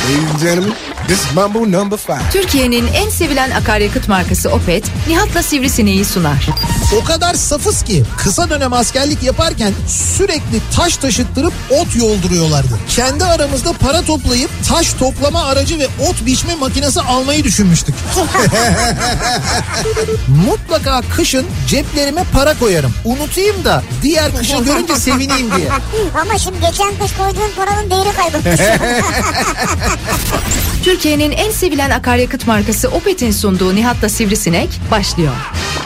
Ladies and gentlemen, this is Mambo number 5. Türkiye'nin en sevilen akaryakıt markası Opet, Nihat'la Sivrisineği sunar. O kadar safız ki kısa dönem askerlik yaparken sürekli taş taşıttırıp ot yolduruyorlardı. Kendi aramızda para toplayıp taş toplama aracı ve ot biçme makinesi almayı düşünmüştük. Mutlaka kışın ceplerime para koyarım. Unutayım da diğer kışı görünce sevineyim diye. Ama şimdi geçen kış koyduğun paranın değeri kaybolmuş. Türkiye'nin en sevilen akaryakıt markası Opet'in sunduğu Nihat'la Sivrisinek başlıyor.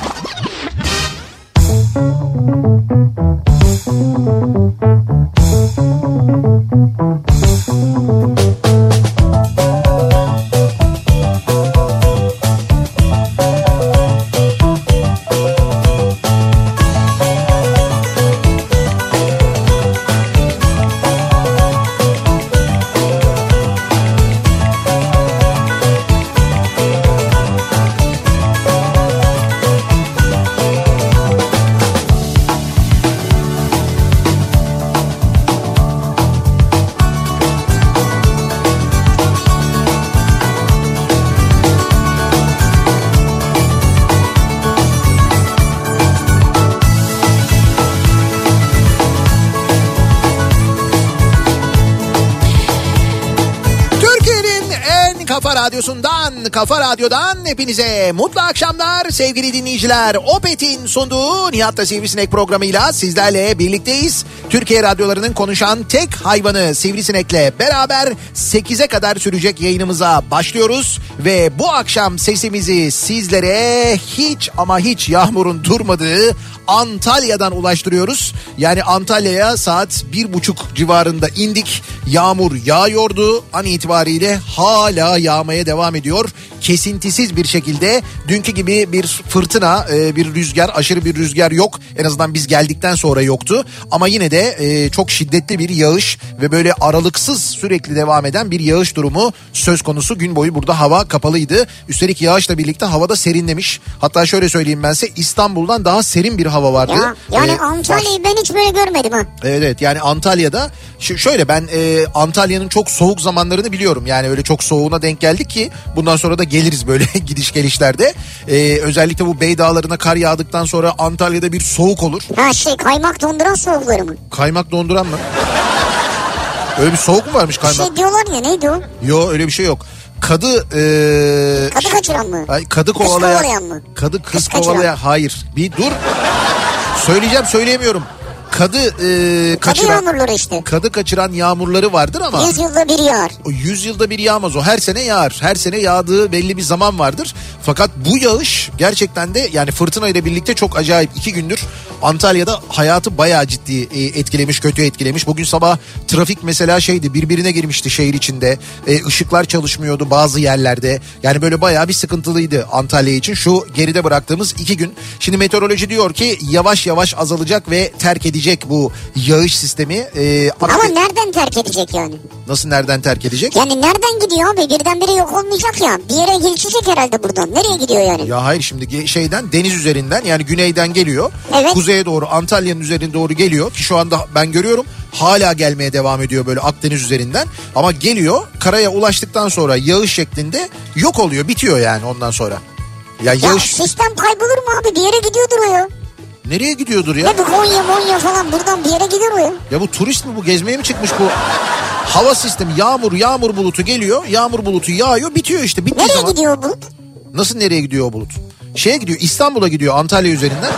Kafa Radyo'dan hepinize mutlu akşamlar sevgili dinleyiciler. Opet'in sunduğu Nihat'la Sivrisinek programıyla sizlerle birlikteyiz. Türkiye radyolarının konuşan tek hayvanı Sivrisinek'le beraber 8'e kadar sürecek yayınımıza başlıyoruz. Ve bu akşam sesimizi sizlere hiç ama hiç yağmurun durmadığı Antalya'dan ulaştırıyoruz. Yani Antalya'ya saat 1.30 civarında indik. Yağmur yağıyordu. An itibariyle hala yağmaya devam ediyor. Kesintisiz bir şekilde dünkü gibi bir fırtına, bir rüzgar, aşırı bir rüzgar yok. En azından biz geldikten sonra yoktu. Ama yine de çok şiddetli bir yağış ve böyle aralıksız sürekli devam eden bir yağış durumu söz konusu. Gün boyu burada hava kapalıydı. Üstelik yağışla birlikte havada serinlemiş. Hatta şöyle söyleyeyim ben size, İstanbul'dan daha serin bir hava vardı. Ya, yani Antalya'yı ben hiç böyle görmedim ha. Evet yani Antalya'da şöyle ben Antalya'nın çok soğuk zamanlarını biliyorum. Yani öyle çok soğuğuna denk geldik ki bundan sonra da geliriz böyle gidiş gelişlerde. Özellikle bu Bey Dağları'na kar yağdıktan sonra Antalya'da bir soğuk olur. Ha kaymak donduran soğukları mı? Kaymak donduran mı? Öyle bir soğuk mu varmış kaymak? Şey diyorlar ya, neydi o? Yok öyle bir şey yok. Kadı kaçıran mı? Kadı kovalayan. Kız kovalayan mı? Kız kovalayan. Hayır. Bir dur. Söyleyemiyorum. Kaçıran yağmurları işte. Kadı kaçıran yağmurları vardır ama 100 yılda bir yağar. O 100 yılda bir yağmaz, o her sene yağar. Her sene yağdığı belli bir zaman vardır. Fakat bu yağış gerçekten de yani fırtına ile birlikte çok acayip. 2 gündür Antalya'da hayatı bayağı ciddi etkilemiş, kötü etkilemiş. Bugün sabah trafik mesela birbirine girmişti şehir içinde. Işıklar çalışmıyordu bazı yerlerde. Yani böyle bayağı bir sıkıntılıydı Antalya için şu geride bıraktığımız 2 gün. Şimdi meteoroloji diyor ki yavaş yavaş azalacak ve terk edecek bu yağış sistemi. Ama nereden terk edecek yani? Nasıl nereden terk edecek? Yani nereden gidiyor abi? Birdenbire yok olmayacak ya. Bir yere geçecek herhalde buradan. Nereye gidiyor yani? Ya hayır, şimdi deniz üzerinden, yani güneyden geliyor. Evet. Kuzeye doğru, Antalya'nın üzerine doğru geliyor ki şu anda ben görüyorum hala gelmeye devam ediyor böyle Akdeniz üzerinden. Ama geliyor, karaya ulaştıktan sonra yağış şeklinde yok oluyor, bitiyor yani ondan sonra. Ya sistem kaybolur mu abi? Bir yere gidiyordur o ya. Nereye gidiyordur ya? Ne bu Konya falan buradan bir yere gidiyor o ya. Ya bu turist mi bu? Gezmeye mi çıkmış bu? Hava sistemi, yağmur bulutu geliyor. Yağmur bulutu yağıyor, bitiyor işte. Bittiği nereye gidiyor o bulut? Nasıl nereye gidiyor o bulut? Gidiyor, İstanbul'a gidiyor Antalya üzerinden.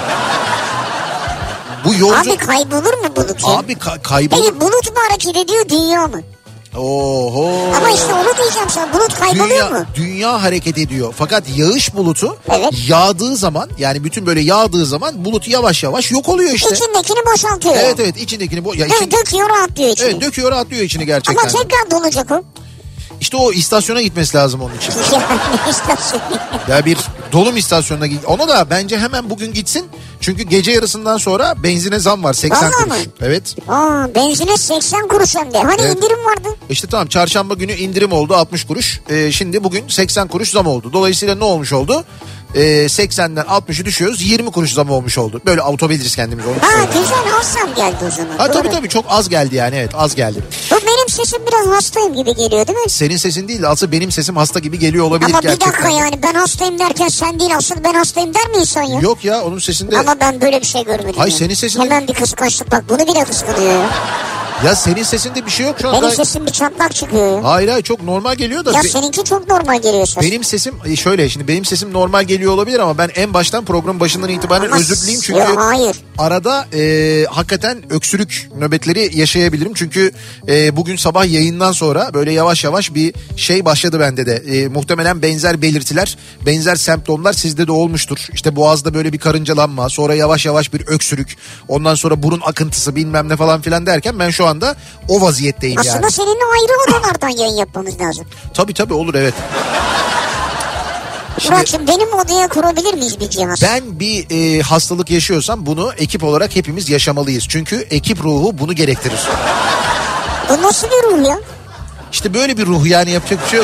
Bu yolcu... Abi kaybolur mu bulut? Abi kaybolur. Peki bulut mu hareket ediyor, dünya mı? Oho. Ama işte onu diyeceğim sana, bulut kayboluyor mu? Dünya hareket ediyor. Fakat yağış bulutu yağdığı zaman, yani bütün böyle yağdığı zaman bulut yavaş yavaş yok oluyor işte. İçindekini boşaltıyor. Evet içindekini döküyor, rahatlıyor içini. Evet, döküyor, rahatlıyor içini gerçekten. Ama tekrar dolacak o. İşte o istasyona gitmesi lazım onun için. Yani istasyon. Ya bir dolum istasyonuna git. Ona da bence hemen bugün gitsin. Çünkü gece yarısından sonra benzine zam var, 80 vallahi kuruş. mı? Evet. Benzine 80 kuruş hem de. Hani indirim vardı. İşte tamam, çarşamba günü indirim oldu 60 kuruş. Şimdi bugün 80 kuruş zam oldu. Dolayısıyla ne olmuş oldu? 80'den 60'ı düşüyoruz, 20 kuruş zam olmuş oldu. Böyle avutabiliriz kendimizi. Güzel, az zam geldi o zaman. Tabii çok az geldi yani, evet, az geldi. Bu benim sesim biraz hastayım gibi geliyor değil mi? Senin sesin değil, aslında benim sesim hasta gibi geliyor olabilir ama gerçekten. Ama bir dakika yani ben hastayım derken sen değil asıl ben hastayım der mi insan ya? Yok ya, onun sesinde. Ama ben böyle bir şey görmedim. Hayır, ya. senin sesinde. Hemen bir kıskançlık, bak bunu bile kıskanıyor ya. Ya senin sesinde bir şey yok şu an. Benim sesim bir çatlak çıkıyor ya. Hayır çok normal geliyor da. Ya seninki çok normal geliyor ses. Benim sesim şöyle, şimdi benim sesim normal geliyor olabilir ama ben en baştan programın başından itibaren ama özür dileyim çünkü yok, hayır. Arada hakikaten öksürük nöbetleri yaşayabilirim çünkü bugün sabah yayından sonra böyle yavaş yavaş bir şey başladı bende de. Muhtemelen benzer belirtiler, benzer semptomlar sizde de olmuştur. İşte boğazda böyle bir karıncalanma, sonra yavaş yavaş bir öksürük, ondan sonra burun akıntısı bilmem ne falan filan derken ben şu anda o vaziyetteyim. Aslında yani. seninle ayrı odalardan yayın yapmamız lazım. Tabii olur, evet. Murat'cığım benim odaya kurabilir miyiz bir cihaz? Ben bir hastalık yaşıyorsam bunu ekip olarak hepimiz yaşamalıyız. Çünkü ekip ruhu bunu gerektirir. Bu nasıl bir ruh ya? İşte böyle bir ruh, yani yapacak bir şey yok.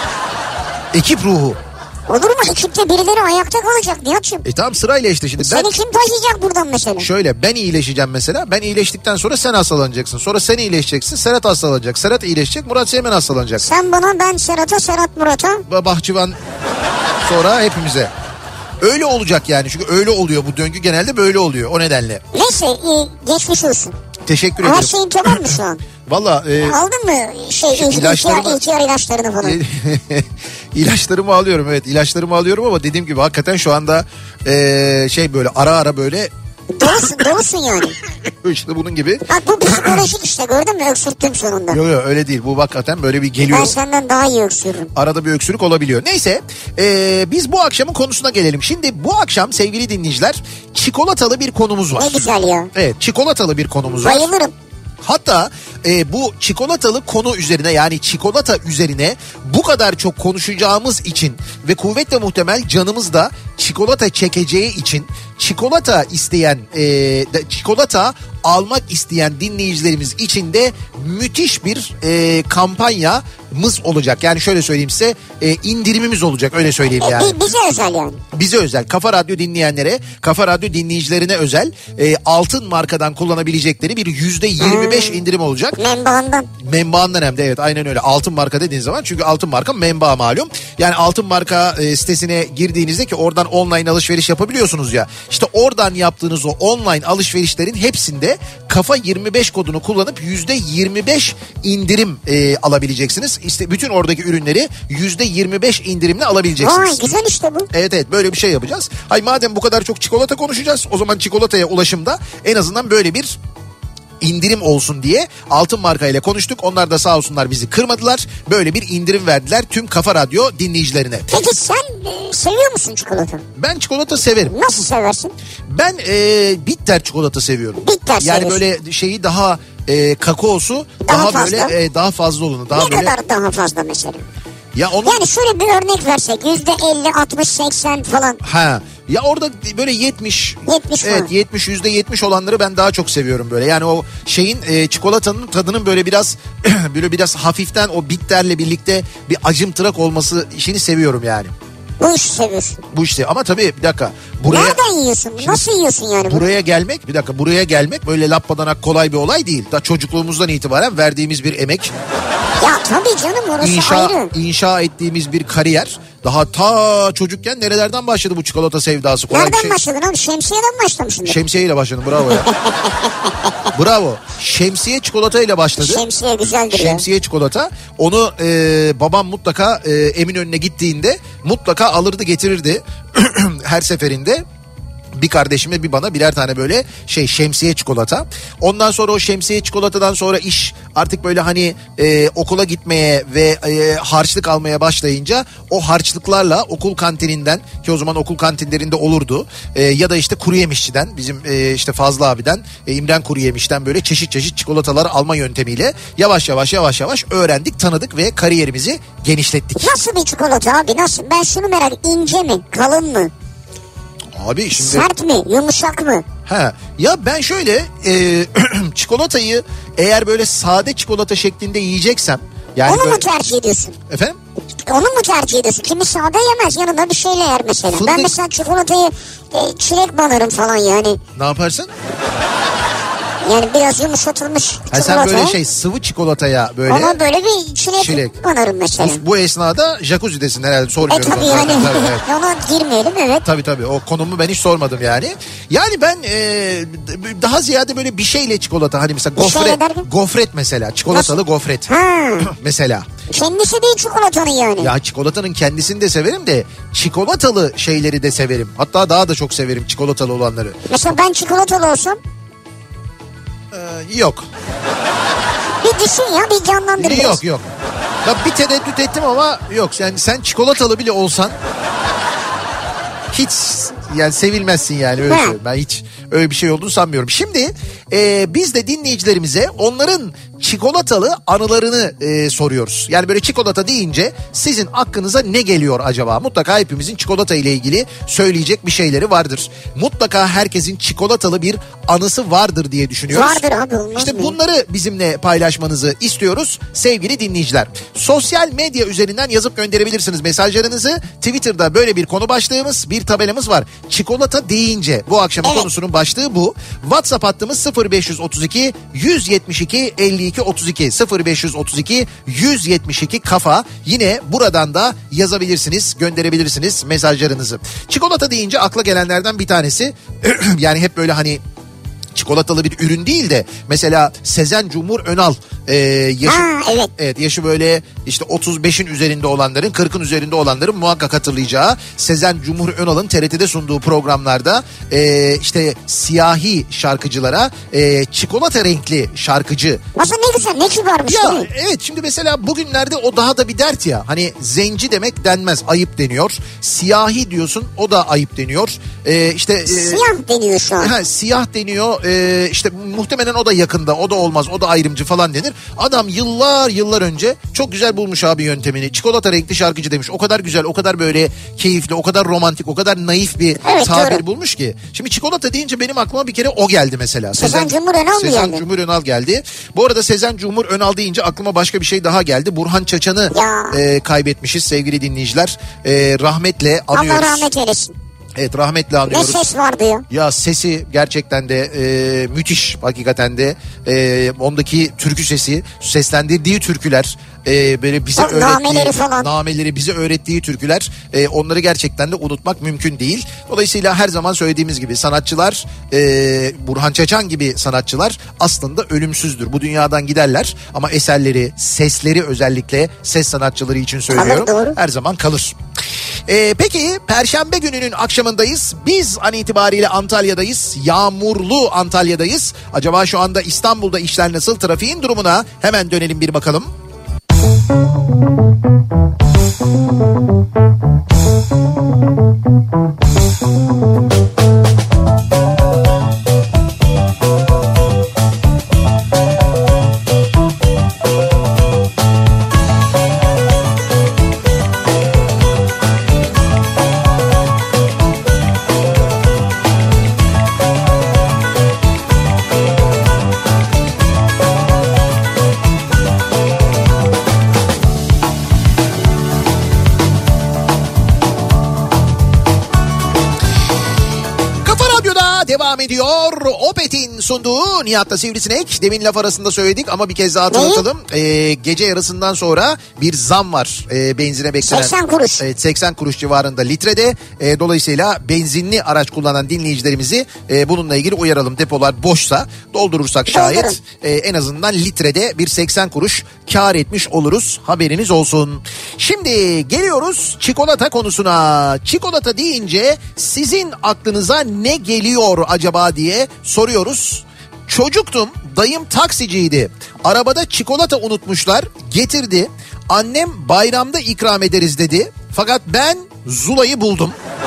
Ekip ruhu. Olur mu? Ekipte birileri ayakta kalacak Nihat'cığım. Tamam, sırayla işte şimdi. Seni kim taşıyacak buradan mesela? Şöyle, ben iyileşeceğim mesela. Ben iyileştikten sonra sen hastalanacaksın. Sonra sen iyileşeceksin. Serhat hastalanacak. Serhat iyileşecek. Murat Seymen hastalanacak. Sen bana, ben Serhat'a, Serhat Murat'a. Bahçıvan sonra hepimize. Öyle olacak yani. Çünkü öyle oluyor. Bu döngü genelde böyle oluyor. O nedenle. Neyse geçmiş olsun. Teşekkür ederim. Her şeyin tamam mı şu an? Valla. Aldın mı ihtiyar ilaçlarını falan? İlaçlarımı alıyorum, evet. İlaçlarımı alıyorum ama dediğim gibi hakikaten şu anda böyle ara böyle. Dolusun yani. İşte bunun gibi. Bak bu psikolojik işte, gördün mü, öksürttüm sonunda. Yok öyle değil, bu hakikaten böyle bir geliyor. Ben senden daha iyi öksürürüm. Arada bir öksürük olabiliyor. Neyse biz bu akşamın konusuna gelelim. Şimdi bu akşam sevgili dinleyiciler çikolatalı bir konumuz var. Ne güzel ya. Evet, çikolatalı bir konumuz var. Bayılırım. Hatta bu çikolatalı konu üzerine, yani çikolata üzerine bu kadar çok konuşacağımız için ve kuvvetle muhtemel canımız da çikolata çekeceği için çikolata isteyen, çikolata almak isteyen dinleyicilerimiz için de müthiş bir kampanyamız olacak. Yani şöyle söyleyeyim size, indirimimiz olacak, öyle söyleyeyim yani. Bize özel yani. Bize özel, Kafa Radyo dinleyenlere, Kafa Radyo dinleyicilerine özel altın markadan kullanabilecekleri bir %25 indirim olacak. Membağından hem de, evet, aynen öyle. Altın marka dediğiniz zaman, çünkü altın marka membağ malum. Yani altın marka sitesine girdiğinizde, ki oradan online alışveriş yapabiliyorsunuz ya. İşte oradan yaptığınız o online alışverişlerin hepsinde Kafa 25 kodunu kullanıp %25 indirim alabileceksiniz. İşte bütün oradaki ürünleri %25 indirimle alabileceksiniz. Vay, güzel işte bu. Evet böyle bir şey yapacağız. Hay madem bu kadar çok çikolata konuşacağız, o zaman çikolataya ulaşımda en azından böyle bir indirim olsun diye altın marka ile konuştuk. Onlar da sağ olsunlar bizi kırmadılar. Böyle bir indirim verdiler tüm Kafa Radyo dinleyicilerine. Peki sen seviyor musun çikolata? Ben çikolata severim. Nasıl seversin? Ben bitter çikolata seviyorum. Bitter yani seviyorsun. böyle şeyi daha kakaosu Daha daha fazla. böyle daha fazla olanı. Daha ne böyle... kadar daha fazla mesela? Ya onun... Yani şöyle bir örnek versek %50, 60, 80 falan. Ha. Ya orada böyle 70 70 evet falan. %70 olanları ben daha çok seviyorum böyle. Yani o şeyin çikolatanın tadının böyle biraz böyle biraz hafiften o bitterle birlikte bir acımtırak olması işini seviyorum yani. Bu işi seviyorsun. Bu işte ama tabii bir dakika. Nereden yiyorsun? Nasıl yiyorsun yani? Buraya gelmek böyle lappadanak kolay bir olay değil. Da çocukluğumuzdan itibaren verdiğimiz bir emek. Ya tabii canım, orası ayrı. İnşa ettiğimiz bir kariyer. Daha ta çocukken nerelerden başladı bu çikolata sevdası? Kolay Nereden bir şey. başladın abi? Şemsiyeden başlamışsın. Şemsiyeyle başladım, bravo ya. Bravo. Şemsiye çikolatayla başladı. Şemsiye güzeldir ya. Şemsiye çikolata. Onu babam mutlaka Eminönü'ne gittiğinde mutlaka alırdı getirirdi her seferinde. Bir kardeşime bir bana birer tane böyle şemsiye çikolata. Ondan sonra o şemsiye çikolatadan sonra iş artık böyle hani okula gitmeye ve harçlık almaya başlayınca o harçlıklarla okul kantininden, ki o zaman okul kantinlerinde olurdu, ya da işte kuru yemişçiden, bizim işte Fazlı abiden, İmren Kuru Yemiş'ten böyle çeşit çeşit çikolatalar alma yöntemiyle yavaş yavaş öğrendik, tanıdık ve kariyerimizi genişlettik. Nasıl bir çikolata abi, nasıl? Ben şunu merak ediyorum, ince mi, kalın mı? Abi şimdi... Sert mi, yumuşak mı? Ya ben şöyle çikolatayı eğer böyle sade çikolata şeklinde yiyeceksem... Yani onu böyle... mu tercih ediyorsun? Efendim? Onu mu tercih ediyorsun? Kimi sade yemez, yanında bir şeyle yer mesela. Fındık... Ben mesela çikolatayı çilek banarım falan yani. Ne yaparsın? Yani biraz yumuşatılmış Ha, sen çikolataya. böyle şey sıvı çikolataya böyle. Ona böyle bir çilek Çilek. banarım mesela. Bu esnada jacuzzi'desin herhalde, sormuyorum. Tabii onu. yani Tabii, evet. ona girmeyelim, evet. Tabii o konumu ben hiç sormadım yani. Yani ben daha ziyade böyle bir şeyle çikolata, hani mesela Bir şeyle derken? gofret mesela, çikolatalı gofret mesela. Kendisi değil çikolatanın yani. Ya çikolatanın kendisini de severim de çikolatalı şeyleri de severim. Hatta daha da çok severim çikolatalı olanları. Mesela ben çikolatalı olsam. Yok. Bir düşün ya, bir canlandır biraz. Yok. Ya bir tereddüt ettim ama yok. Yani sen çikolatalı bile olsan hiç yani sevilmezsin yani, öyle söyleyeyim. Ben hiç öyle bir şey olduğunu sanmıyorum. Şimdi biz de dinleyicilerimize onların çikolatalı anılarını soruyoruz. Yani böyle çikolata deyince sizin aklınıza ne geliyor acaba? Mutlaka hepimizin çikolata ile ilgili söyleyecek bir şeyleri vardır. Mutlaka herkesin çikolatalı bir anısı vardır diye düşünüyoruz. Vardır abi, olmaz İşte mı? bunları bizimle paylaşmanızı istiyoruz sevgili dinleyiciler. Sosyal medya üzerinden yazıp gönderebilirsiniz mesajlarınızı. Twitter'da böyle bir konu başlığımız, bir tabelamız var. Çikolata deyince bu akşamın konusunun başlığı bu. WhatsApp hattımız 0532 172 52 32 0532 172 kafa. Yine buradan da yazabilirsiniz, gönderebilirsiniz mesajlarınızı. Çikolata deyince akla gelenlerden bir tanesi yani hep böyle hani çikolatalı bir ürün değil de mesela Sezen Cumhur Önal yaşı böyle işte 35'in üzerinde olanların, 40'ın üzerinde olanların muhakkak hatırlayacağı Sezen Cumhur Önal'ın TRT'de sunduğu programlarda işte siyahi şarkıcılara çikolata renkli şarkıcı. Nasıl, ne güzel, ne kibarmış Ya değil mi? evet, şimdi mesela bugünlerde o daha da bir dert ya. Hani zenci demek denmez, ayıp deniyor. Siyahi diyorsun, o da ayıp deniyor. Siyah deniyor şu an. Siyah deniyor. İşte muhtemelen o da yakında, o da olmaz, o da ayrımcı falan denir. Adam yıllar önce çok güzel bulmuş abi yöntemini. Çikolata renkli şarkıcı demiş. O kadar güzel, o kadar böyle keyifli, o kadar romantik, o kadar naif bir tabir bulmuş ki. Şimdi çikolata deyince benim aklıma bir kere o geldi mesela. Sezen Cumhur Önal mı geldi? Sezen Cumhur Önal geldi. Bu arada Sezen Cumhur Önal deyince aklıma başka bir şey daha geldi. Burhan Çaçan'ı kaybetmişiz sevgili dinleyiciler. Rahmetle anıyoruz. Allah rahmet eylesin. Evet, rahmetle anıyoruz. Ne ses vardı ya. Ya sesi gerçekten de müthiş hakikaten de. Ondaki türkü sesi, seslendirdiği türküler, böyle bize nameleri bize öğrettiği türküler, onları gerçekten de unutmak mümkün değil. Dolayısıyla her zaman söylediğimiz gibi sanatçılar, Burhan Çaçan gibi sanatçılar aslında ölümsüzdür. Bu dünyadan giderler ama eserleri, sesleri, özellikle ses sanatçıları için söylüyorum, her zaman kalır. Peki Perşembe gününün akşamındayız. Biz an itibariyle Antalya'dayız. Yağmurlu Antalya'dayız. Acaba şu anda İstanbul'da işler nasıl? Trafiğin durumuna hemen dönelim bir bakalım. Ediyor. Opet'in sunduğu Nihat'la Sivrisinek. Demin laf arasında söyledik ama bir kez daha hatırlatalım. Gece yarısından sonra bir zam var benzine beklenen. 80 kuruş. Evet, 80 kuruş civarında litrede. Dolayısıyla benzinli araç kullanan dinleyicilerimizi bununla ilgili uyaralım. Depolar boşsa doldurursak şayet en azından litrede bir 80 kuruş kar etmiş oluruz. Haberiniz olsun. Şimdi geliyoruz çikolata konusuna. Çikolata deyince sizin aklınıza ne geliyor acaba diye soruyoruz. Çocuktum, dayım taksiciydi. Arabada çikolata unutmuşlar, getirdi. Annem bayramda ikram ederiz dedi. Fakat ben Zula'yı buldum.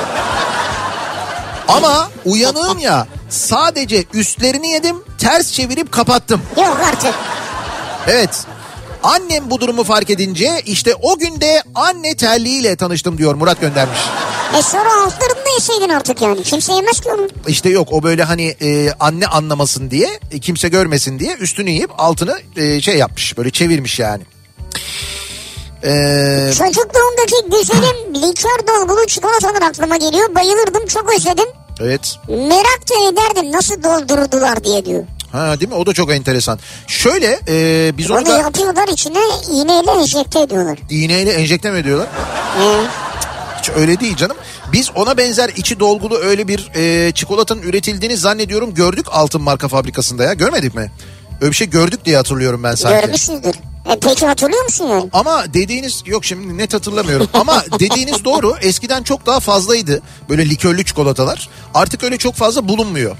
Ama uyanığım ya, sadece üstlerini yedim, ters çevirip kapattım. Yok artık. Evet. Annem bu durumu fark edince işte o günde anne terliğiyle tanıştım diyor, Murat göndermiş. Sonra altlarında yeseydin artık yani. Kimse yemez ki onu. İşte yok, o böyle hani anne anlamasın diye, kimse görmesin diye üstünü yiyip altını şey yapmış, böyle çevirmiş yani. Çocukluğumdaki güzelim likör dolgulu çikolatalar aklıma geliyor. Bayılırdım, çok özledim. Evet. Merak da ederdim nasıl doldurdular diye diyor. Ha, değil mi? O da çok enteresan. Şöyle biz onu Onu da... yapıyorlar, içine iğneyle enjekte ediyorlar. İğneyle enjekte mi ediyorlar? He. Hiç öyle değil canım. Biz ona benzer içi dolgulu öyle bir çikolatanın üretildiğini zannediyorum gördük Altın Marka fabrikasında ya. Görmedik mi? Öyle bir şey gördük diye hatırlıyorum ben sanki. Görmüşsündür. Peki hatırlıyor musun yani? Ama dediğiniz yok, şimdi net hatırlamıyorum ama dediğiniz doğru, eskiden çok daha fazlaydı böyle likörlü çikolatalar, artık öyle çok fazla bulunmuyor.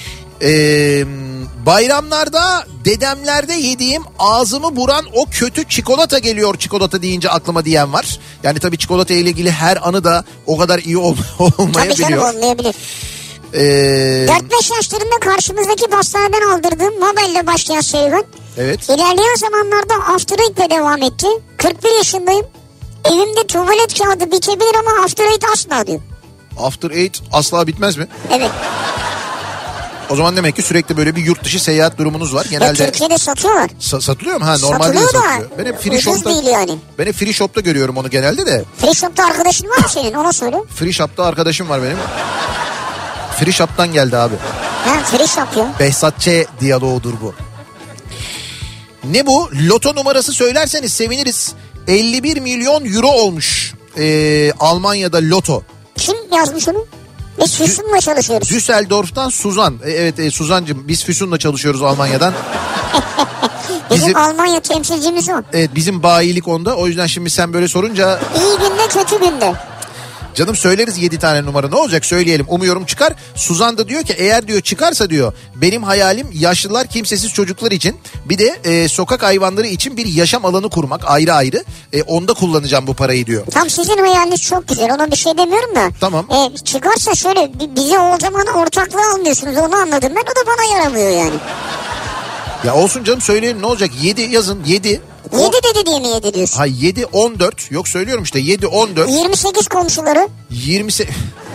Bayramlarda dedemlerde yediğim ağzımı buran o kötü çikolata geliyor çikolata deyince aklıma diyen var. Yani tabii çikolata ile ilgili her anı da o kadar iyi olmayabiliyor. Tabii canım, olmayabilir. 4-5 yaşlarında karşımızdaki pastaneden aldırdığım Nobel'le başlayan serüven. Evet. İlerleyen zamanlarda After Eight'le devam etti. 41 yaşındayım. Evimde tuvalet kağıdı bitebilir ama After Eight asla diyor. After Eight asla bitmez mi? Evet. O zaman demek ki sürekli böyle bir yurt dışı seyahat durumunuz var. Genelde Türkiye'de satıyorlar. Satılıyor mu? Ha, normalde satılıyor de satılıyor. Ben hep free shop'ta, yani. Ben hep free shop'ta görüyorum onu genelde de. Free shop'ta arkadaşın var mı senin? Ona söyle. Free shop'ta arkadaşım var benim. Free shop'tan geldi abi. Ha, free shop ya. Behzat Ç. diyaloğudur bu. Ne bu? Loto numarası söylerseniz seviniriz. 51 milyon euro olmuş Almanya'da loto. Kim yazmış onu? Biz Füsun'la çalışıyoruz. Düsseldorf'tan Suzan. Evet Suzancığım, biz Füsun'la çalışıyoruz Almanya'dan. Bizim Almanya temsilcimiz o. Evet, bizim bayilik onda. O yüzden şimdi sen böyle sorunca... İyi günde kötü günde. Canım söyleriz 7 tane numara, ne olacak, söyleyelim, umuyorum çıkar. Suzan da diyor ki eğer diyor çıkarsa diyor benim hayalim yaşlılar, kimsesiz çocuklar için bir de sokak hayvanları için bir yaşam alanı kurmak ayrı ayrı. Onda kullanacağım bu parayı diyor. Tam sizin hayaliniz çok güzel, ona bir şey demiyorum da. Tamam. Çıkarsa şöyle bize o zaman ortaklığı almıyorsunuz, onu anladım ben, o da bana yaramıyor yani. Ya olsun canım, söyleyelim, ne olacak, 7 yazın, 7. 7 dedi diye mi 7 diyorsun? Hayır, 7 14 yok, söylüyorum işte 7 14. 28 komşuları. 28.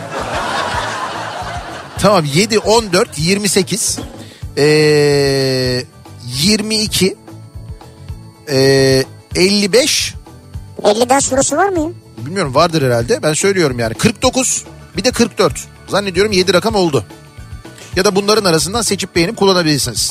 Tamam, 7 14 28 22 55. 50'den sorusu var mı ya? Bilmiyorum, vardır herhalde, ben söylüyorum yani 49 bir de 44 zannediyorum 7 rakam oldu. Ya da bunların arasından seçip beğenip kullanabilirsiniz.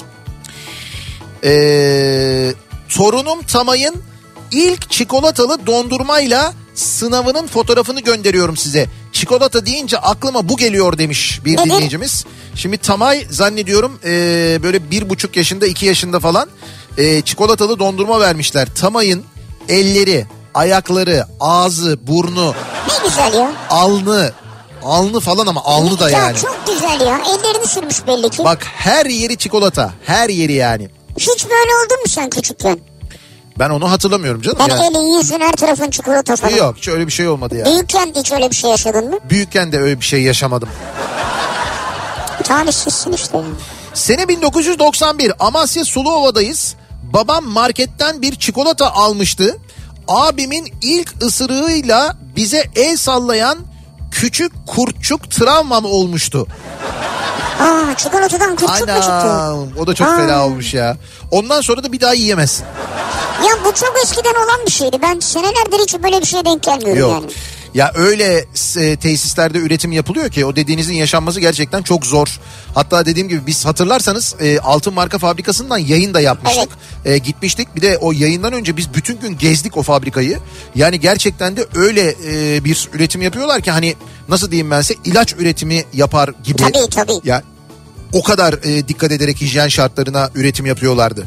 Torunum Tamay'ın ilk çikolatalı dondurmayla sınavının fotoğrafını gönderiyorum size. Çikolata deyince aklıma bu geliyor demiş bir dinleyicimiz. Şimdi Tamay zannediyorum böyle 1,5 yaşında 2 yaşında falan çikolatalı dondurma vermişler. Tamay'ın elleri, ayakları, ağzı, burnu, Ne güzel ya. alnı falan, ama alnı da yani. Ya çok güzel ya, ellerini sürmüş belli ki. Bak, her yeri çikolata, her yeri yani. Hiç böyle oldun mu sen küçükken? Ben onu hatırlamıyorum canım. Yani yani. elin yüzün her tarafın çikolata falan. Yok, hiç öyle bir şey olmadı ya. Büyükken hiç öyle bir şey yaşadın mı? Büyükken de öyle bir şey yaşamadım. Talihsizsin işte yani. Sene 1991, Amasya Suluova'dayız. Babam marketten bir çikolata almıştı. Abimin ilk ısırığıyla bize el sallayan küçük kurtçuk travmam olmuştu. Aa, çikolatadan kurtçuk mu çıktı? Anam, o da çok fena olmuş ya. Ondan sonra da bir daha yiyemezsin. Ya bu çok eskiden olan bir şeydi. Ben senelerdir hiç böyle bir şeye denk gelmiyorum Yok. yani. Ya öyle tesislerde üretim yapılıyor ki o dediğinizin yaşanması gerçekten çok zor. Hatta dediğim gibi biz hatırlarsanız Altın Marka fabrikasından yayın da yapmıştık. Evet. Gitmiştik, bir de o yayından önce biz bütün gün gezdik o fabrikayı. Yani gerçekten de öyle bir üretim yapıyorlar ki hani nasıl diyeyim ben size, ilaç üretimi yapar gibi. Tabii. Ya o kadar dikkat ederek hijyen şartlarına üretim yapıyorlardı.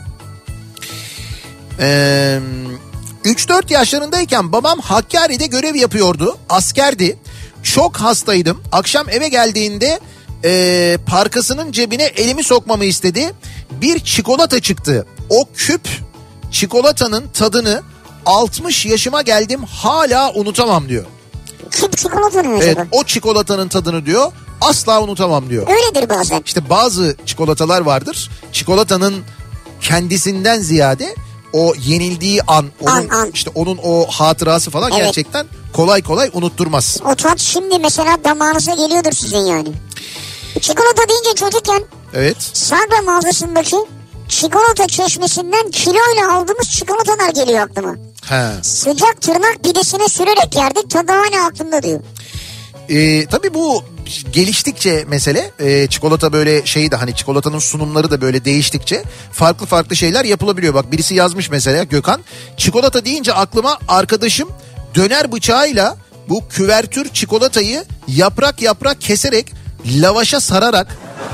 3-4 yaşlarındayken babam Hakkari'de görev yapıyordu. Askerdi. Çok hastaydım. Akşam eve geldiğinde parkasının cebine elimi sokmamı istedi. Bir çikolata çıktı. O küp çikolatanın tadını 60 yaşıma geldim hala unutamam diyor. Küp çikolata ne acaba? Evet, o çikolatanın tadını diyor asla unutamam diyor. Öyledir bazen. İşte bazı çikolatalar vardır. Çikolatanın kendisinden ziyade o yenildiği an. İşte onun o hatırası falan gerçekten kolay kolay unutturmaz. O tat şimdi mesela damağınıza geliyordur sizin yani. Çikolata deyince çocukken Sagra mağazasındaki çikolata çeşmesinden kiloyla aldığımız çikolatalar geliyor aklıma. Sıcak tırnak pidesine sürerek yerdik, tadı hala aklımda diyor. Tabii bu geliştikçe mesele çikolata böyle şeyi de hani çikolatanın sunumları da böyle değiştikçe farklı farklı şeyler yapılabiliyor. Bak birisi yazmış mesela Gökhan. Çikolata deyince aklıma arkadaşım döner bıçağıyla bu küvertür çikolatayı yaprak yaprak keserek lavaşa sararak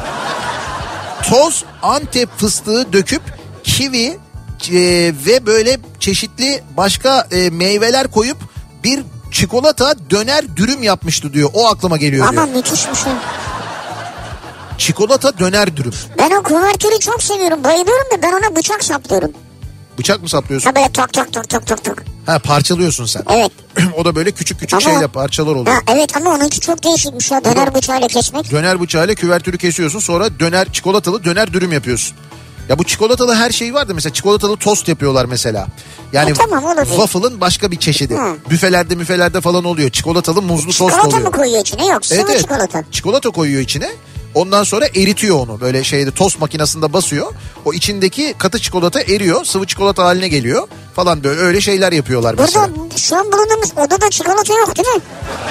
toz Antep fıstığı döküp kivi ve böyle çeşitli başka meyveler koyup bir çikolata döner dürüm yapmıştı diyor. O aklıma geliyor diyor. Ama müthişmiş o. Çikolata döner dürüm. Ben o kuvertürü çok seviyorum. Bayılıyorum da ben ona bıçak saplıyorum. Bıçak mı saplıyorsun? Ha böyle tak tak tak tak tak tak. Ha parçalıyorsun sen. Evet. O da böyle küçük küçük şeyle parçalar oluyor. Ha, evet ama onunki çok değişikmiş ya. Döner bıçağıyla kesmek. Döner bıçağıyla küvertürü kesiyorsun, sonra döner çikolatalı döner dürüm yapıyorsun. Ya bu çikolatalı her şey vardı, mesela çikolatalı tost yapıyorlar mesela. Yani tamam, waffle'ın başka bir çeşidi. Büfelerde falan oluyor. Çikolatalı muzlu tost oluyor. Çikolata mı koyuyor içine? Yok, sıvı çikolata. Çikolata koyuyor içine. Ondan sonra eritiyor onu. Böyle şeyde tost makinesinde basıyor. O içindeki katı çikolata eriyor. Sıvı çikolata haline geliyor falan, böyle öyle şeyler yapıyorlar mesela. Burada şu an bulunduğumuz odada çikolata yok değil mi?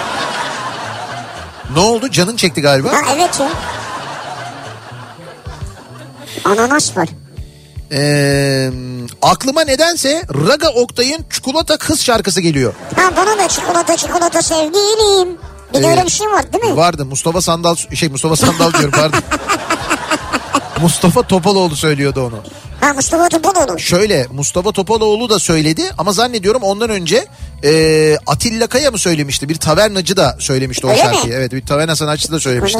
Ne oldu? Canın çekti galiba. Ha evet ya. Ananas var. Aklıma nedense Raga Oktay'ın Çikolata Kız şarkısı geliyor. Ha bana da çikolata sevgilim. Bir de öyle bir şey var değil mi? Vardı. Mustafa Sandal diyorum pardon. Mustafa Topaloğlu söylüyordu onu. Ha Mustafa Topaloğlu. Şöyle Mustafa Topaloğlu da söyledi ama zannediyorum ondan önce Atilla Kaya mı söylemişti? Bir tavernacı da söylemişti o öyle şarkıyı. Mi? Evet, bir taverna sanatçısı da söylemişti.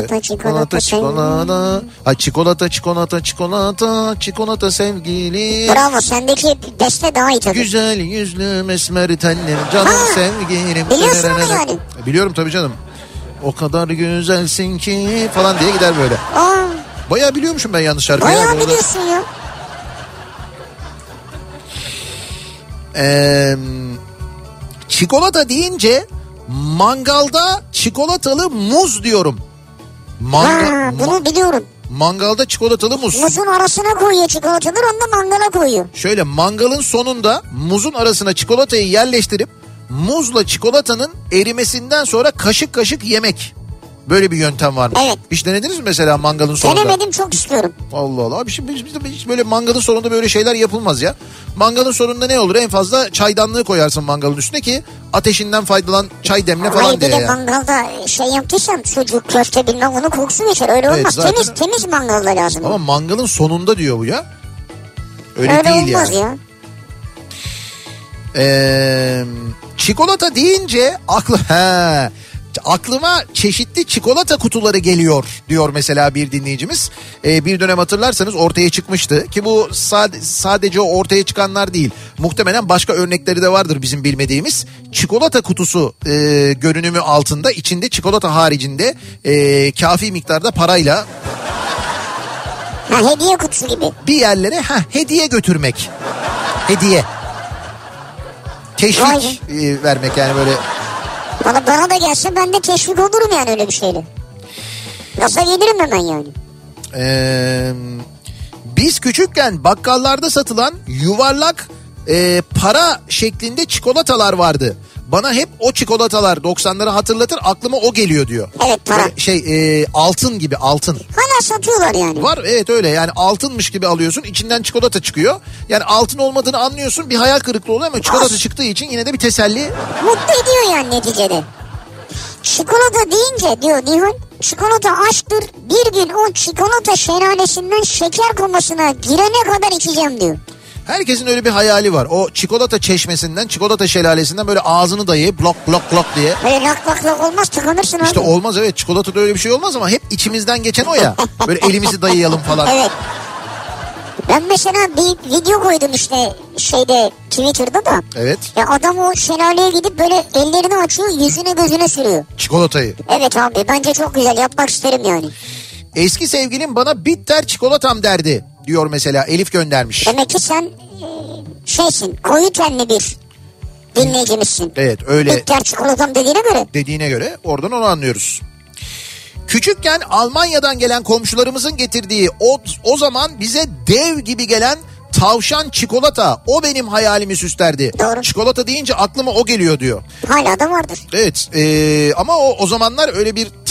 Çikolata sevgili. Bravo, sendeki beste daha iyi tabii. Güzel yüzlü esmer tenlim canım sevgilim. Biliyorsun onu yani. Biliyorum tabii canım. O kadar güzelsin ki falan diye gider böyle. Bayağı biliyormuşum ben yanlış şarkıyı. Bayağı biliyorsun ya. Çikolata deyince mangalda çikolatalı muz diyorum. Bunu biliyorum. Mangalda çikolatalı muz. Muzun arasına koyuyor çikolataları, onu da mangala koyuyor. Şöyle mangalın sonunda muzun arasına çikolatayı yerleştirip muzla çikolatanın erimesinden sonra kaşık kaşık yemek. Böyle bir yöntem var mı? Evet. Hiç denediniz mi mesela mangalın sonunda? Denemedim, çok istiyorum. Allah Allah. Abi şimdi hiç böyle mangalın sonunda böyle şeyler yapılmaz ya. Mangalın sonunda ne olur? En fazla çaydanlığı koyarsın mangalın üstüne ki ateşinden faydalan, çay demle falan diye. Hayır, bir de mangalda şey yaptıysam sucuk, köfte bilmem, onun kokusu geçer. Öyle olmaz. Zaten... Temiz mangalda lazım. Ama mangalın sonunda diyor bu ya. Öyle değil olmaz ya. Çikolata deyince aklıma çeşitli çikolata kutuları geliyor diyor mesela bir dinleyicimiz. Bir dönem hatırlarsanız ortaya çıkmıştı ki bu sadece o ortaya çıkanlar değil. Muhtemelen başka örnekleri de vardır bizim bilmediğimiz. Çikolata kutusu görünümü altında, içinde çikolata haricinde kafi miktarda parayla... hediye kutusu gibi. Bir yerlere hediye götürmek. Hediye. Teşvik vermek yani böyle... Bana da gelse ben de teşvik olurum yani öyle bir şeyle. Nasıl gelirim hemen yani. Biz küçükken bakkallarda satılan yuvarlak para şeklinde çikolatalar vardı. Bana hep o çikolatalar 90'ları hatırlatır, aklıma o geliyor diyor. Evet, para. Altın gibi, altın. Hala satıyorlar yani. Var, evet öyle yani, altınmış gibi alıyorsun, içinden çikolata çıkıyor. Yani altın olmadığını anlıyorsun, bir hayal kırıklığı oluyor ama çikolata çıktığı için yine de bir teselli. Mutlu ediyor yani neticede. Çikolata deyince diyor Nihan, çikolata aşktır, bir gün o çikolata şelalesinden şeker komasına girene kadar içeceğim diyor. Herkesin öyle bir hayali var. O çikolata çeşmesinden, çikolata şelalesinden böyle ağzını dayayıp lok lok lok diye. Böyle lok olmaz, tıkanırsın abi. İşte olmaz, evet, çikolatada öyle bir şey olmaz ama hep içimizden geçen o ya. Böyle elimizi dayayalım falan. Evet. Ben mesela bir video koydum işte Twitter'da da. Evet. Ya adam o şelaleye gidip böyle ellerini açıyor, yüzüne gözüne sürüyor. Çikolatayı. Evet abi, bence çok güzel, yapmak isterim yani. Eski sevgilim bana bitter çikolatam derdi diyor mesela, Elif göndermiş. Demek ki sen koyu tenli bir dinleyicimizsin. Evet öyle. Bitter çikolatam dediğine göre oradan onu anlıyoruz. Küçükken Almanya'dan gelen komşularımızın getirdiği o zaman bize dev gibi gelen tavşan çikolata, o benim hayalimi süslerdi. Doğru. Çikolata deyince aklıma o geliyor diyor. Hala da vardır. Evet ama o zamanlar öyle bir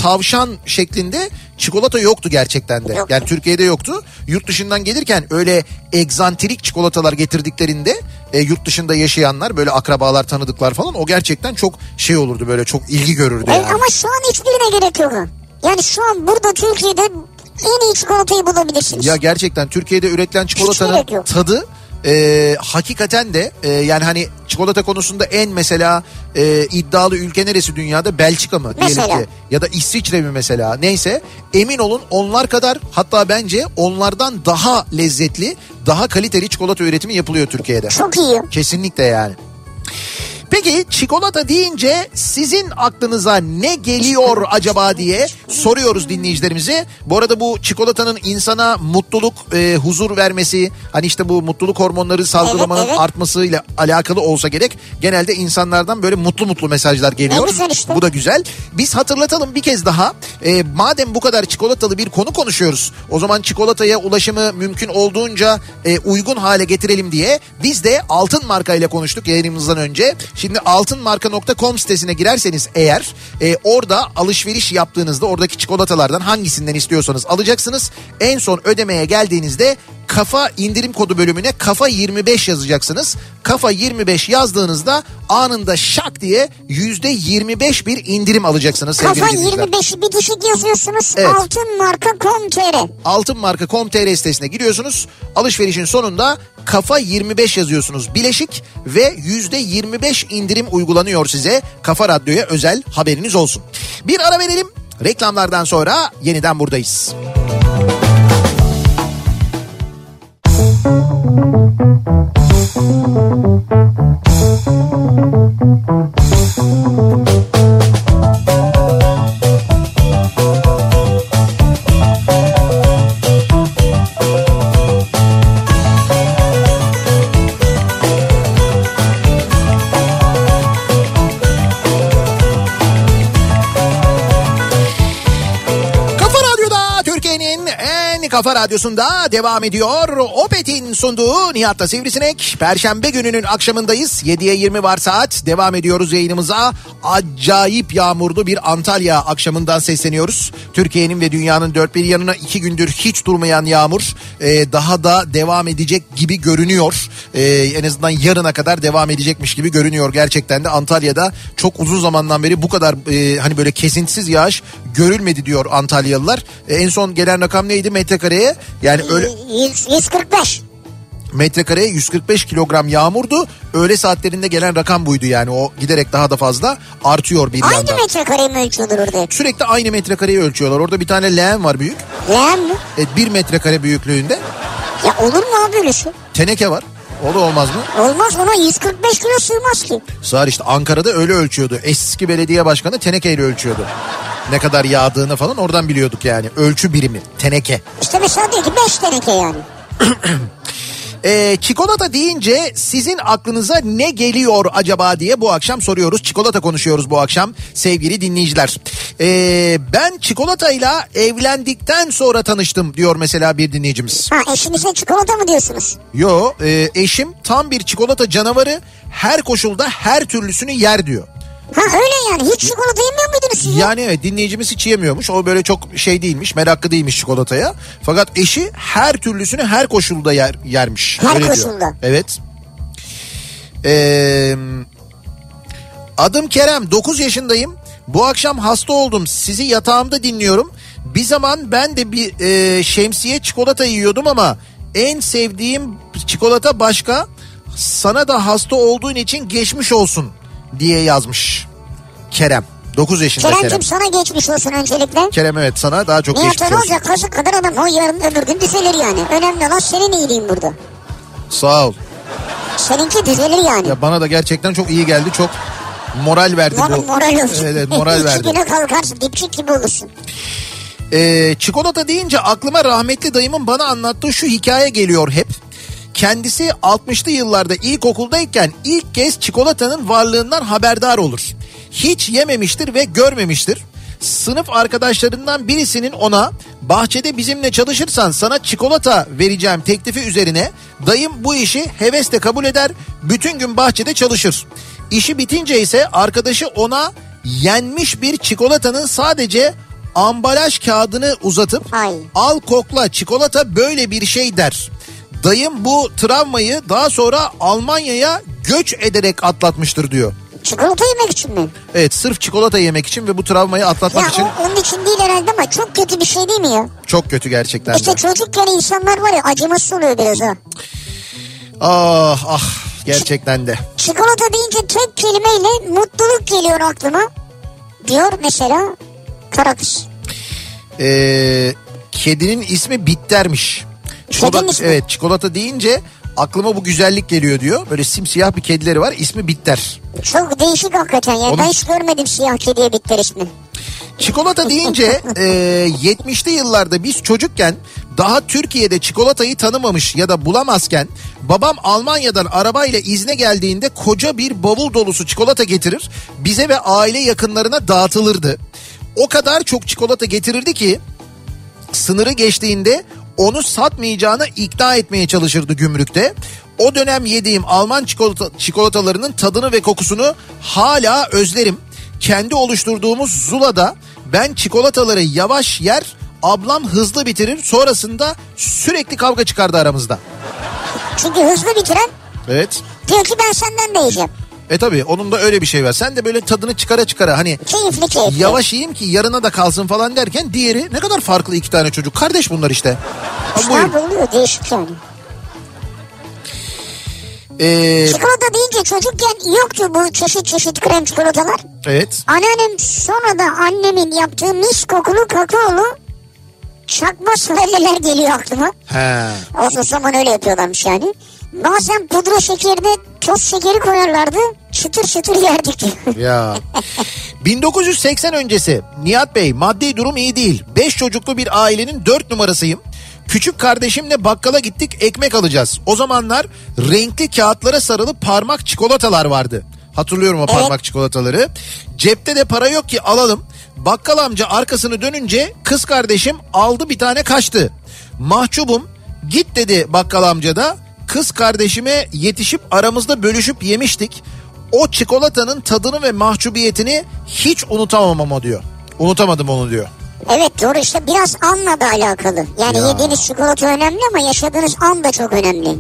tavşan şeklinde çikolata yoktu gerçekten de. Yok. Yani Türkiye'de yoktu. Yurt dışından gelirken öyle egzantrik çikolatalar getirdiklerinde yurt dışında yaşayanlar, böyle akrabalar, tanıdıklar falan, o gerçekten çok şey olurdu, böyle çok ilgi görürdü yani. Ama şu an hiçbirine gerek yok. Yani şu an burada Türkiye'de en iyi çikolatayı bulabilirsiniz. Ya gerçekten Türkiye'de üretilen çikolatanın tadı hakikaten de yani hani çikolata konusunda en mesela iddialı ülke neresi dünyada? Belçika mı mesela diyelim ki, ya da İsviçre mi mesela, neyse, emin olun onlar kadar, hatta bence onlardan daha lezzetli, daha kaliteli çikolata üretimi yapılıyor Türkiye'de. Çok iyi. Kesinlikle yani. Peki çikolata deyince sizin aklınıza ne geliyor acaba diye soruyoruz dinleyicilerimize. Bu arada bu çikolatanın insana mutluluk, huzur vermesi, hani işte bu mutluluk hormonları salgılamanın artmasıyla alakalı olsa gerek. Genelde insanlardan böyle mutlu mesajlar geliyor. İşte. Bu da güzel. Biz hatırlatalım bir kez daha. Madem bu kadar çikolatalı bir konu konuşuyoruz, o zaman çikolataya ulaşımı mümkün olduğunca uygun hale getirelim diye biz de Altın Marka ile konuştuk yayınımızdan önce. Şimdi altınmarka.com sitesine girerseniz eğer orada alışveriş yaptığınızda oradaki çikolatalardan hangisinden istiyorsanız alacaksınız. En son ödemeye geldiğinizde Kafa indirim kodu bölümüne Kafa 25 yazacaksınız. Kafa 25 yazdığınızda anında şak diye %25 bir indirim alacaksınız sevgili dinleyiciler. Kafa 25'i bitişik yazıyorsunuz. Evet. Altınmarka.com.tr Altınmarka.com.tr sitesine giriyorsunuz. Alışverişin sonunda Kafa 25 yazıyorsunuz bileşik ve %25 indirim uygulanıyor size. Kafa Radyo'ya özel, haberiniz olsun. Bir ara verelim. Reklamlardan sonra yeniden buradayız. Kafa Radyosu'nda devam ediyor. Opet'in sunduğu Nihat'la Sivrisinek. Perşembe gününün akşamındayız. 7'ye 20 var saat. Devam ediyoruz yayınımıza. Acayip yağmurlu bir Antalya akşamından sesleniyoruz. Türkiye'nin ve dünyanın dört bir yanına 2 gündür hiç durmayan yağmur daha da devam edecek gibi görünüyor. En azından yarına kadar devam edecekmiş gibi görünüyor. Gerçekten de Antalya'da çok uzun zamandan beri bu kadar hani böyle kesintisiz yağış görülmedi diyor Antalyalılar. En son gelen rakam neydi metrekareye? Yani öyle 145. Metrekareye 145 kilogram yağmurdu. Öğle saatlerinde gelen rakam buydu yani. O giderek daha da fazla artıyor bir yandan. Aynı metrekareyi mi ölçüyorlar orada? Sürekli aynı metrekareyi ölçüyorlar. Orada bir tane leğen var büyük. Leğen mi? 1 metrekare büyüklüğünde. Ya olur mu abi öyle şey? Teneke var. O da olmaz mı? Olmaz, ona 145 kilo sığmaz ki. Sağır işte, Ankara'da öyle ölçüyordu. Eski belediye başkanı tenekeyle ölçüyordu. Ne kadar yağdığını falan oradan biliyorduk yani. Ölçü birimi teneke. İşte mesela diyor ki 5 teneke yani. Çikolata deyince sizin aklınıza ne geliyor acaba diye bu akşam soruyoruz. Çikolata konuşuyoruz bu akşam sevgili dinleyiciler. Ben çikolatayla evlendikten sonra tanıştım diyor mesela bir dinleyicimiz. Ha, eşinize çikolata mı diyorsunuz? Yo, eşim tam bir çikolata canavarı, her koşulda her türlüsünü yer diyor. Ha öyle yani, hiç çikolata yemiyor muydunuz siz? Yani evet, dinleyicimiz hiç yemiyormuş. O böyle çok şey değilmiş, meraklı değilmiş çikolataya. Fakat eşi her türlüsünü her koşulda yermiş. Her öyle koşulda. Diyor. Evet. Adım Kerem, 9 yaşındayım. Bu akşam hasta oldum. Sizi yatağımda dinliyorum. Bir zaman ben de bir şemsiye çikolata yiyordum ama en sevdiğim çikolata başka. Sana da hasta olduğun için geçmiş olsun diye yazmış Kerem. 9 yaşında Kerem. Kerem'cim sana geçmiş olsun öncelikle. Kerem evet, sana daha çok geçmiş olsun. Nihat olacak kasık kadar adam, o yarın öbür gün düzelir yani. Önemli olan senin iyiliğin burada. Sağ ol. Seninki düzelir yani. Ya bana da gerçekten çok iyi geldi, çok moral verdi bu. Moral olsun. Evet, moral verdi. 2 güne kalkarsın, dipçik gibi olursun. Çikolata deyince aklıma rahmetli dayımın bana anlattığı şu hikaye geliyor hep. Kendisi 60'lı yıllarda ilkokuldayken ilk kez çikolatanın varlığından haberdar olur. Hiç yememiştir ve görmemiştir. Sınıf arkadaşlarından birisinin ona bahçede bizimle çalışırsan sana çikolata vereceğim teklifi üzerine dayım bu işi hevesle kabul eder, bütün gün bahçede çalışır. İşi bitince ise arkadaşı ona yenmiş bir çikolatanın sadece ambalaj kağıdını uzatıp al kokla çikolata böyle bir şey der. Dayım bu travmayı daha sonra Almanya'ya göç ederek atlatmıştır diyor. Çikolata yemek için mi? Evet, sırf çikolata yemek için ve bu travmayı atlatmak için. Onun için değil herhalde ama çok kötü bir şey değil mi ya? Çok kötü gerçekten. İşte çocukken insanlar var ya, acımasız oluyor biraz ha. Ah gerçekten de. Çikolata deyince tek kelimeyle mutluluk geliyor aklıma diyor mesela Karakız. Kedinin ismi Bitter'miş. Kedinin ismi? Evet, çikolata deyince aklıma bu güzellik geliyor diyor. Böyle simsiyah bir kedileri var, ismi Bitter. Çok değişik hakikaten yani. Ben hiç görmedim siyah kediye Bitter ismi. Çikolata deyince 70'li yıllarda biz çocukken daha Türkiye'de çikolatayı tanımamış ya da bulamazken babam Almanya'dan arabayla izne geldiğinde koca bir bavul dolusu çikolata getirir. Bize ve aile yakınlarına dağıtılırdı. O kadar çok çikolata getirirdi ki sınırı geçtiğinde onu satmayacağına ikna etmeye çalışırdı gümrükte. O dönem yediğim Alman çikolatalarının tadını ve kokusunu hala özlerim. Kendi oluşturduğumuz Zula'da ben çikolataları yavaş yer, ablam hızlı bitirir. Sonrasında sürekli kavga çıkardı aramızda. Çünkü hızlı bitiren evet. Diyor ki ben senden de yiyeceğim. Tabii onun da öyle bir şey var. Sen de böyle tadını çıkara hani keyifli. Yavaş yiyeyim ki yarına da kalsın falan derken diğeri ne kadar farklı iki tane çocuk. Kardeş bunlar işte. İşte oluyor değişik yani. Çikolata deyince çocukken yoktu bu çeşit krem çikolatalar. Evet. Anneannem sonra da annemin yaptığı mis kokulu kakaolu çakma sıralleler geliyor aklıma. O zaman öyle yapıyorlarmış yani. Bazen pudra şekerde toz şekeri koyarlardı. Çıtır çıtır yerdik diyor. Ya. 1980 öncesi Nihat Bey, maddi durum iyi değil. 5 çocuklu bir ailenin 4 numarasıyım. Küçük kardeşimle bakkala gittik, ekmek alacağız. O zamanlar renkli kağıtlara sarılı parmak çikolatalar vardı. Hatırlıyorum o parmak çikolataları. Cepte de para yok ki alalım. Bakkal amca arkasını dönünce kız kardeşim aldı bir tane kaçtı. Mahcubum, git dedi bakkal amca da. Kız kardeşime yetişip aramızda bölüşüp yemiştik. O çikolatanın tadını ve mahcubiyetini hiç unutamam ama diyor. Unutamadım onu diyor. Evet doğru, işte biraz anla da alakalı. Yani yediğiniz çikolata önemli ama yaşadığınız an da çok önemli.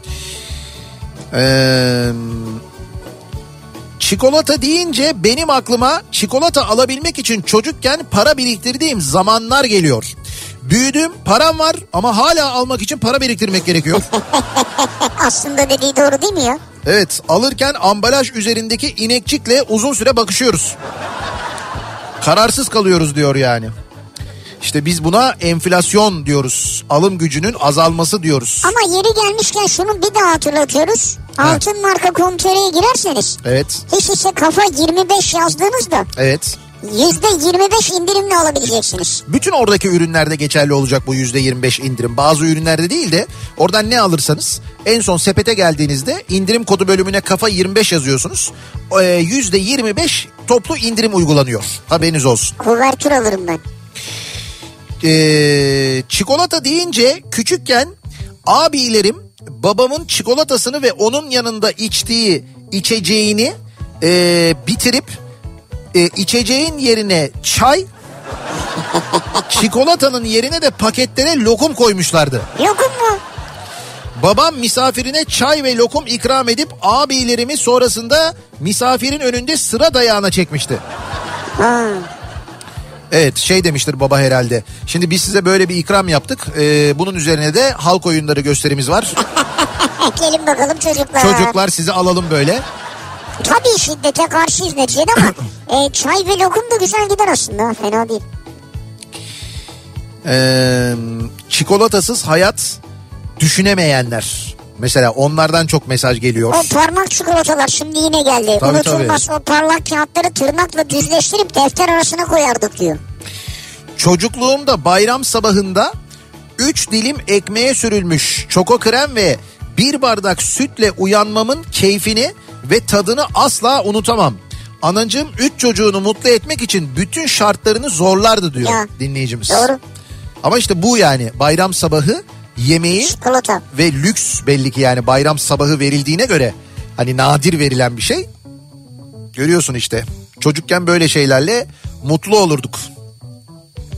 Çikolata deyince benim aklıma çikolata alabilmek için çocukken para biriktirdiğim zamanlar geliyor. Büyüdüm, param var ama hala almak için para biriktirmek gerekiyor. Aslında dediği doğru değil mi ya? Evet, alırken ambalaj üzerindeki inekçikle uzun süre bakışıyoruz. Kararsız kalıyoruz diyor yani. İşte biz buna enflasyon diyoruz. Alım gücünün azalması diyoruz. Ama yeri gelmişken şunu bir daha hatırlatıyoruz. Altınmarka.com.tr'ye girerseniz. Evet. Hiç ise kafa 25 yazdığınızda. Evet. %25 indirimle alabileceksiniz. Bütün oradaki ürünlerde geçerli olacak bu %25 indirim. Bazı ürünlerde değil de oradan ne alırsanız en son sepete geldiğinizde indirim kodu bölümüne kafa 25 yazıyorsunuz. %25 toplu indirim uygulanıyor. Haberiniz olsun. Kuvertür alırım ben. Çikolata deyince küçükken abilerim babamın çikolatasını ve onun yanında içtiği içeceğini bitirip içeceğin yerine çay, çikolatanın yerine de paketlere lokum koymuşlardı. Lokum mu? Babam misafirine çay ve lokum ikram edip abilerimi sonrasında misafirin önünde sıra dayağına çekmişti. Evet, şey demiştir baba herhalde. Şimdi biz size böyle bir ikram yaptık. Bunun üzerine de halk oyunları gösterimiz var. Gelin bakalım çocuklar. Çocuklar sizi alalım böyle. Tabii şiddete karşıyız neticede ama çay ve lokum da güzel gider aslında. Fena değil. Çikolatasız hayat düşünemeyenler. Mesela onlardan çok mesaj geliyor. O parmak çikolatalar şimdi yine geldi. Tabii, unutulmaz o parlak kağıtları tırnakla düzleştirip defter arasına koyardık diyor. Çocukluğumda bayram sabahında 3 dilim ekmeğe sürülmüş çoko krem ve 1 bardak sütle uyanmamın keyfini ve tadını asla unutamam. Anacığım 3 çocuğunu mutlu etmek için bütün şartlarını zorlardı diyor ya, dinleyicimiz. Doğru. Ama işte bu yani bayram sabahı yemeği çikolata ve lüks belli ki yani bayram sabahı verildiğine göre hani nadir verilen bir şey. Görüyorsun işte çocukken böyle şeylerle mutlu olurduk.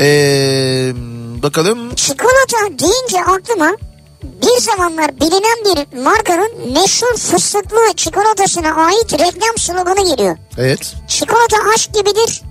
Bakalım. Çikolata deyince aklıma bir zamanlar bilinen bir markanın meşhur fıstıklı çikolatasına ait reklam sloganı geliyor. Evet. Çikolata aşk gibidir.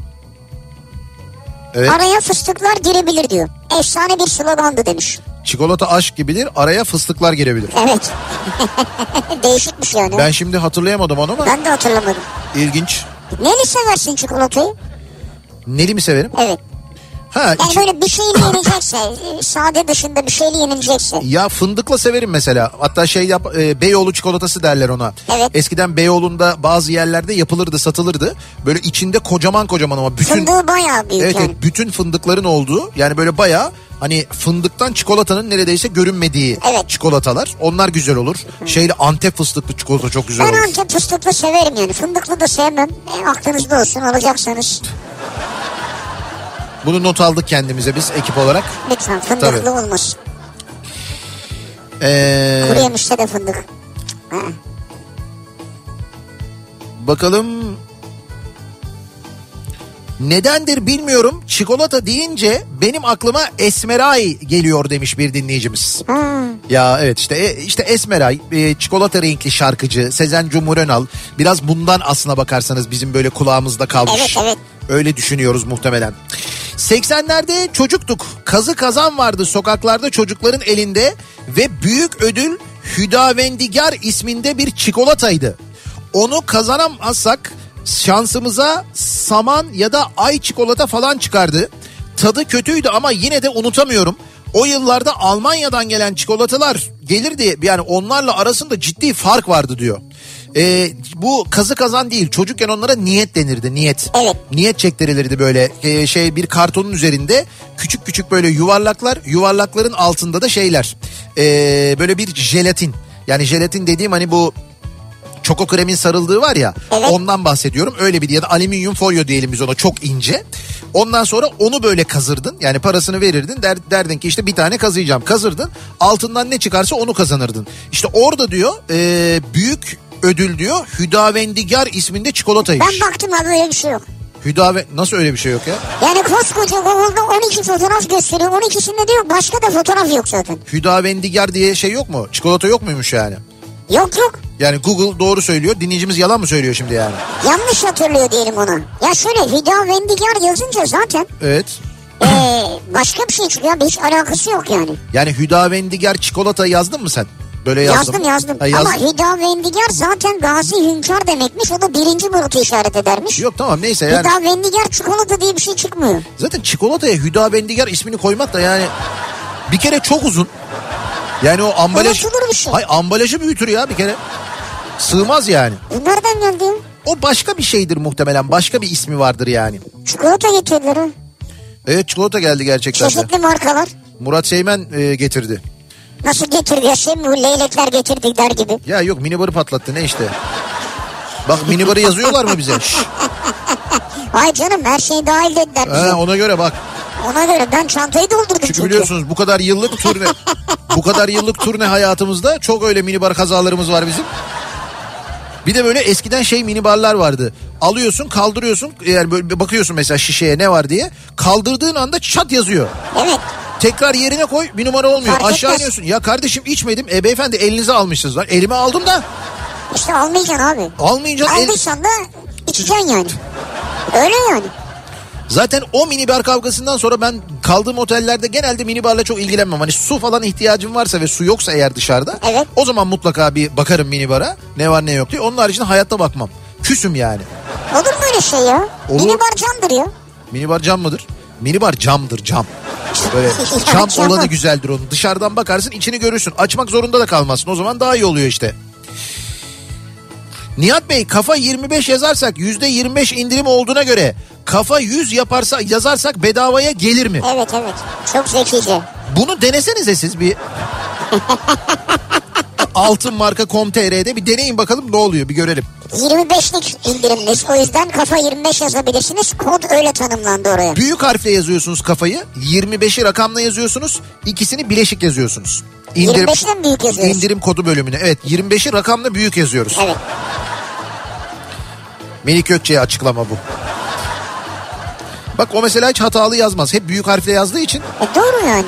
Evet. Araya fıstıklar girebilir diyor. Efsane bir slogandı demiş. Çikolata aşk gibidir, araya fıstıklar girebilir. Evet. Değişikmiş yani. Ben şimdi hatırlayamadım onu ama. Ben de hatırlamadım. İlginç. Neli seversin çikolatayı? Neli mi severim? Evet. Yani böyle bir şeyle yenecekse, sade dışında bir şeyle yenilecekse. Ya fındıkla severim mesela. Hatta Beyoğlu çikolatası derler ona. Evet. Eskiden Beyoğlu'nda bazı yerlerde yapılırdı, satılırdı. Böyle içinde kocaman ama bütün... Fındığı bayağı büyük evet, yani. Evet, bütün fındıkların olduğu, yani böyle bayağı hani fındıktan çikolatanın neredeyse görünmediği çikolatalar. Onlar güzel olur. Antep fıstıklı çikolata çok güzel olur. Ben Antep fıstıklı severim yani. Fındıklı da sevmem. Aklınızda olsun, alacaksanız. Bunu not aldık kendimize biz ekip olarak. Lütfen fındıklı olmasın. Kuru yemişte de fındık. Bakalım. Nedendir bilmiyorum. Çikolata deyince benim aklıma Esmeray geliyor demiş bir dinleyicimiz. Ya evet işte Esmeray çikolata renkli şarkıcı Sezen Cumhur Önal. Biraz bundan aslına bakarsanız bizim böyle kulağımızda kalmış. Evet. Öyle düşünüyoruz muhtemelen. 80'lerde çocuktuk. Kazı kazan vardı sokaklarda çocukların elinde ve büyük ödül Hüdavendigar isminde bir çikolataydı. Onu kazanamazsak şansımıza saman ya da ay çikolata falan çıkardı. Tadı kötüydü ama yine de unutamıyorum. O yıllarda Almanya'dan gelen çikolatalar gelirdi. Yani onlarla arasında ciddi fark vardı diyor. Bu kazı kazan değil. Çocukken onlara niyet denirdi. Niyet. Evet. Niyet çektirilirdi böyle bir kartonun üzerinde küçük küçük böyle yuvarlaklar. Yuvarlakların altında da böyle bir jelatin. Yani jelatin dediğim hani bu çoko kremin sarıldığı var ya, ondan bahsediyorum. Öyle bir ya da alüminyum folyo diyelim biz ona, çok ince. Ondan sonra onu böyle kazırdın. Yani parasını verirdin, derdin ki işte bir tane kazıyacağım. Kazırdın, altından ne çıkarsa onu kazanırdın. İşte orada diyor büyük ödül diyor Hüdavendigar isminde çikolataymış. Ben baktım abi, öyle bir şey yok. Nasıl öyle bir şey yok ya? Yani koskoca Google'da 12 fotoğraf gösteriyor. 12'sinde de yok, başka da fotoğraf yok zaten. Hüdavendigar diye şey yok mu? Çikolata yok muymuş yani? Yok. Yani Google doğru söylüyor. Dinleyicimiz yalan mı söylüyor şimdi yani? Yanlış hatırlıyor diyelim ona. Ya şöyle Hüdavendigar yazınca zaten. Evet. Başka bir şey çıkıyor abi, hiç alakası yok yani. Yani Hüdavendigar çikolata yazdın mı sen? Böyle yazdım. Ama Hüdavendigar zaten Gazi Hünkar demekmiş. O da 1. Murat'ı işaret edermiş. Yok tamam neyse yani. Hüdavendigar çikolata diye bir şey çıkmıyor. Zaten çikolataya Hüdavendigar ismini koymak da yani bir kere çok uzun. Yani o ambalaj... Şey. Hayır, ambalajı büyütür ya bir kere. Sığmaz yani. Nereden geldi? O başka bir şeydir muhtemelen. Başka bir ismi vardır yani. Çikolata getirdiler ha. Evet, çikolata geldi gerçekten. Çeşitli markalar. Murat Seymen getirdi. Nasıl getirdi ya? Şey mi, bu leylekler getirdik der gibi. Ya yok, minibarı patlattı ne işte. Bak minibarı yazıyorlar mı bize? Hayır canım, her şey dahil dediler bize. Ona göre bak. Ona göre ben çantayı doldurdum çünkü. Çünkü biliyorsunuz bu kadar yıllık turne hayatımızda çok öyle minibar kazalarımız var bizim. Bir de böyle eskiden minibarlar vardı. Alıyorsun, kaldırıyorsun, yani böyle bakıyorsun mesela şişeye ne var diye. Kaldırdığın anda çat yazıyor. Evet. Tekrar yerine koy, bir numara olmuyor. Aşağı iniyorsun. Ya kardeşim içmedim. Beyefendi elinize almışsınız lan. Elime aldım da. İşte almayacaksın abi. Almayacaksın. Aldıysan da içeceksin yani. Öyle yani. Zaten o minibar kavgasından sonra ben kaldığım otellerde genelde minibarla çok ilgilenmem. Hani su falan ihtiyacım varsa ve su yoksa eğer dışarıda. Evet. O zaman mutlaka bir bakarım minibara. Ne var ne yok diye. Onun haricinde hayatta bakmam. Küsüm yani. Olur mu öyle şey ya? Olur. Minibar camdır ya. Minibar cam mıdır? Minibar camdır, cam. Böyle cam olanı güzeldir onun. Dışarıdan bakarsın, içini görürsün. Açmak zorunda da kalmazsın. O zaman daha iyi oluyor işte. Nihat Bey, kafa 25 yazarsak %25 indirim olduğuna göre kafa 100 yazarsak bedavaya gelir mi? Evet. Çok zekice. Bunu denesenize siz bir. Altınmarka.com.tr'de bir deneyin bakalım ne oluyor, bir görelim. 25'lik indirimimiz, o yüzden kafa 25 yazabilirsiniz. Kod öyle tanımlandı oraya. Büyük harfle yazıyorsunuz kafayı, 25'i rakamla yazıyorsunuz, ikisini bileşik yazıyorsunuz. 25'den büyük yazıyoruz. İndirim kodu bölümüne, evet, 25'i rakamla büyük yazıyoruz. Evet. Melik Gökçe'ye açıklama bu. Bak o mesela hiç hatalı yazmaz. Hep büyük harfle yazdığı için. Doğru yani.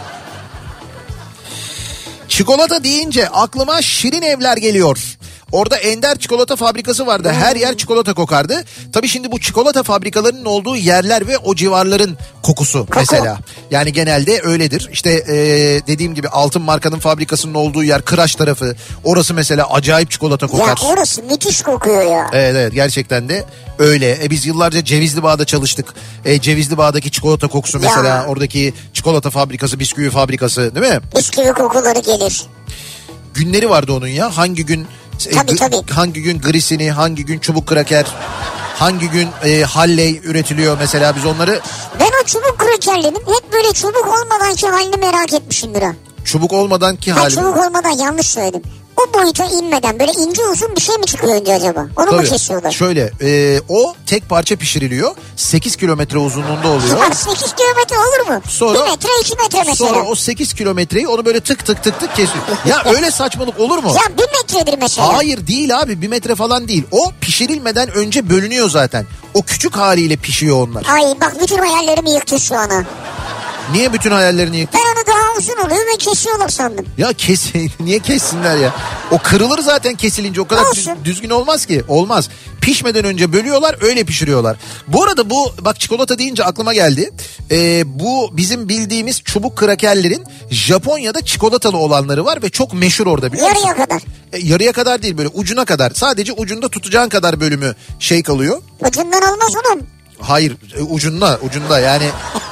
Çikolata deyince aklıma Şirin Evler geliyor. Orada Ender çikolata fabrikası vardı. Her yer çikolata kokardı. Tabii şimdi bu çikolata fabrikalarının olduğu yerler ve o civarların kokusu mesela. Yani genelde öyledir. İşte dediğim gibi Altın Marka'nın fabrikasının olduğu yer Kıraç tarafı. Orası mesela acayip çikolata kokar. Ya orası müthiş kokuyor ya. Evet gerçekten de öyle. Biz yıllarca Cevizli Bağ'da çalıştık. Cevizli Bağ'daki çikolata kokusu mesela. Ya. Oradaki çikolata fabrikası, bisküvi fabrikası değil mi? Bisküvi kokuları gelir. Günleri vardı onun ya. Hangi gün... Tabii. Hangi gün grisini, hangi gün çubuk kraker, hangi gün halley üretiliyor mesela biz onları... Ben o çubuk krakerlerin hep böyle çubuk olmadanki halini merak etmişimdir ha. Çubuk olmadanki hali? Çubuk olmadan yanlış söyledim. O boyuta inmeden böyle ince uzun bir şey mi çıkıyor önce acaba? Onu mu kesiyorlar? Şöyle o tek parça pişiriliyor. 8 kilometre uzunluğunda oluyor. Ya 8 kilometre olur mu? Sonra, 1 metre 2 metre mesela. Sonra o 8 kilometreyi onu böyle tık tık kesiyor. Ya öyle saçmalık olur mu? Ya 1 metredir mesela. Hayır değil abi, 1 metre falan değil. O pişirilmeden önce bölünüyor zaten. O küçük haliyle pişiyor onlar. Ay bak bütün hayallerimi yıktı şu ana. Niye bütün hayallerini yıktın? Ben onu daha uzun oluyor ve kesiyorlar sandım. Ya niye kessinler ya? O kırılır zaten kesilince, o kadar düzgün olmaz ki. Olmaz. Pişmeden önce bölüyorlar, öyle pişiriyorlar. Bu arada bu bak çikolata deyince aklıma geldi. Bu bizim bildiğimiz çubuk krakerlerin Japonya'da çikolatalı olanları var ve çok meşhur orada, biliyor musun? Yarıya kadar. Yarıya kadar değil, böyle ucuna kadar. Sadece ucunda tutacağın kadar bölümü kalıyor. Ucundan olmaz oğlum. Hayır ucunda yani...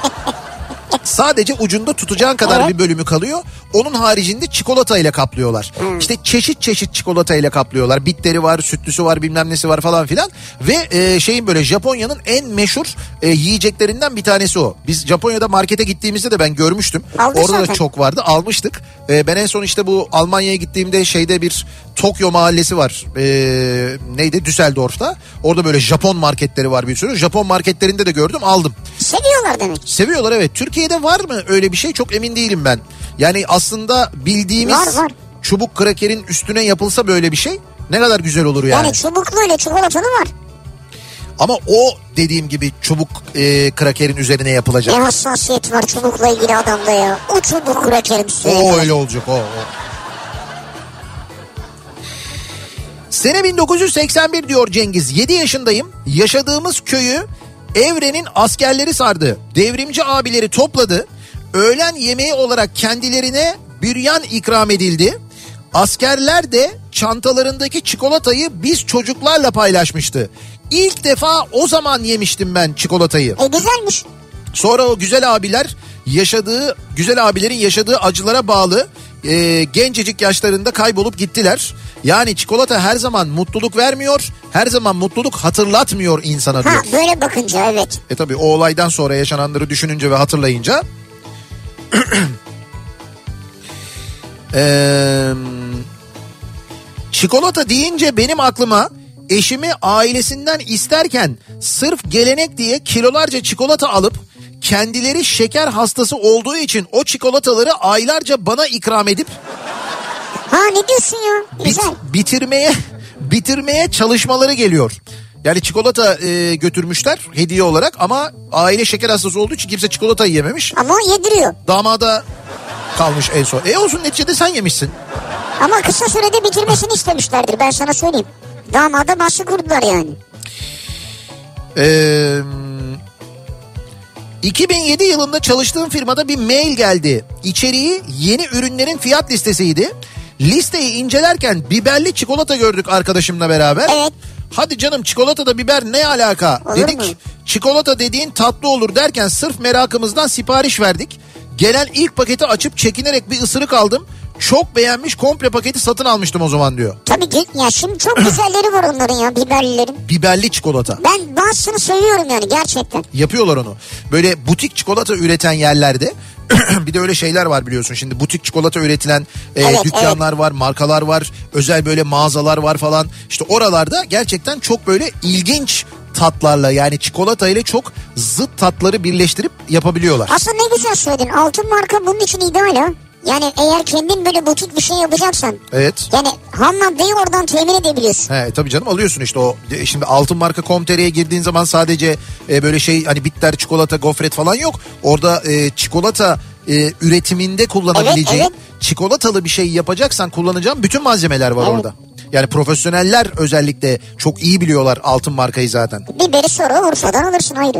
Sadece ucunda tutacağın kadar bir bölümü kalıyor. Onun haricinde çikolatayla kaplıyorlar. İşte çeşit çikolatayla kaplıyorlar. Bitleri var, sütlüsü var, bilmem nesi var falan filan. Ve böyle Japonya'nın en meşhur yiyeceklerinden bir tanesi o. Biz Japonya'da markete gittiğimizde de ben görmüştüm. Orada zaten da çok vardı. Almıştık. Ben en son işte bu Almanya'ya gittiğimde bir Tokyo mahallesi var. Neydi? Düsseldorf'ta. Orada böyle Japon marketleri var bir sürü. Japon marketlerinde de gördüm, aldım. Seviyorlar demek. Seviyorlar evet. Türkiye'de var mı öyle bir şey? Çok emin değilim ben. Yani aslında bildiğimiz var. Çubuk krakerin üstüne yapılsa böyle bir şey ne kadar güzel olur yani. Yani çubuklu ile çikolatalı var. Ama o dediğim gibi çubuk krakerin üzerine yapılacak. Ne hassasiyet var çubukla ilgili adamda ya. O çubuk krakerin üstüne. O öyle olacak o. Sene 1981 diyor Cengiz. 7 yaşındayım. Yaşadığımız köyü Evren'in askerleri sardı. Devrimci abileri topladı. Öğlen yemeği olarak kendilerine büryan ikram edildi. Askerler de çantalarındaki çikolatayı biz çocuklarla paylaşmıştı. İlk defa o zaman yemiştim ben çikolatayı. Güzelmiş. Sonra o güzel abilerin yaşadığı acılara bağlı gencecik yaşlarında kaybolup gittiler. Yani çikolata her zaman mutluluk vermiyor, her zaman mutluluk hatırlatmıyor insana diyor. Böyle bakınca evet. Tabii o olaydan sonra yaşananları düşününce ve hatırlayınca. Çikolata deyince benim aklıma eşimi ailesinden isterken sırf gelenek diye kilolarca çikolata alıp kendileri şeker hastası olduğu için o çikolataları aylarca bana ikram edip ne diyorsun ya? Güzel. bitirmeye çalışmaları geliyor. Yani çikolata götürmüşler hediye olarak ama aile şeker hastası olduğu için kimse çikolata yememiş. Ama yediriyor. Damada kalmış en son. Olsun, neticede sen yemişsin. Ama kısa sürede bitirmesini istemişlerdir, ben sana söyleyeyim. Damada baskı kurdular yani. 2007 yılında çalıştığım firmada bir mail geldi. İçeriği yeni ürünlerin fiyat listesiydi. Listeyi incelerken biberli çikolata gördük arkadaşımla beraber. Evet. Hadi canım, çikolatada biber ne alaka olur dedik. Mu? Çikolata dediğin tatlı olur derken sırf merakımızdan sipariş verdik. Gelen ilk paketi açıp çekinerek bir ısırık aldım. Çok beğenmiş, komple paketi satın almıştım o zaman diyor. Tabii ya şimdi çok güzelleri var onların ya, biberlilerin. Biberli çikolata. Ben bazısını seviyorum yani gerçekten. Yapıyorlar onu. Böyle butik çikolata üreten yerlerde bir de öyle şeyler var biliyorsun. Şimdi butik çikolata üretilen dükkanlar var, markalar var, özel böyle mağazalar var falan. İşte oralarda gerçekten çok böyle ilginç tatlarla, yani çikolata ile çok zıt tatları birleştirip yapabiliyorlar. Aslında ne güzel söyledin. Altın Marka bunun için ideal ha. Yani eğer kendin böyle butik bir şey yapacaksan. Evet. Yani ham maddeyi oradan temin edebiliyorsun. Tabii canım, alıyorsun işte o. Şimdi altınmarka.com.tr'ye girdiğin zaman sadece böyle şey hani bitter çikolata, gofret falan yok. Orada çikolata üretiminde kullanabileceğin, evet. Çikolatalı bir şey yapacaksan kullanacağın bütün malzemeler var orada. Yani profesyoneller özellikle çok iyi biliyorlar altın markayı zaten. Biberi sonra Urfa'dan alırsın ayrı.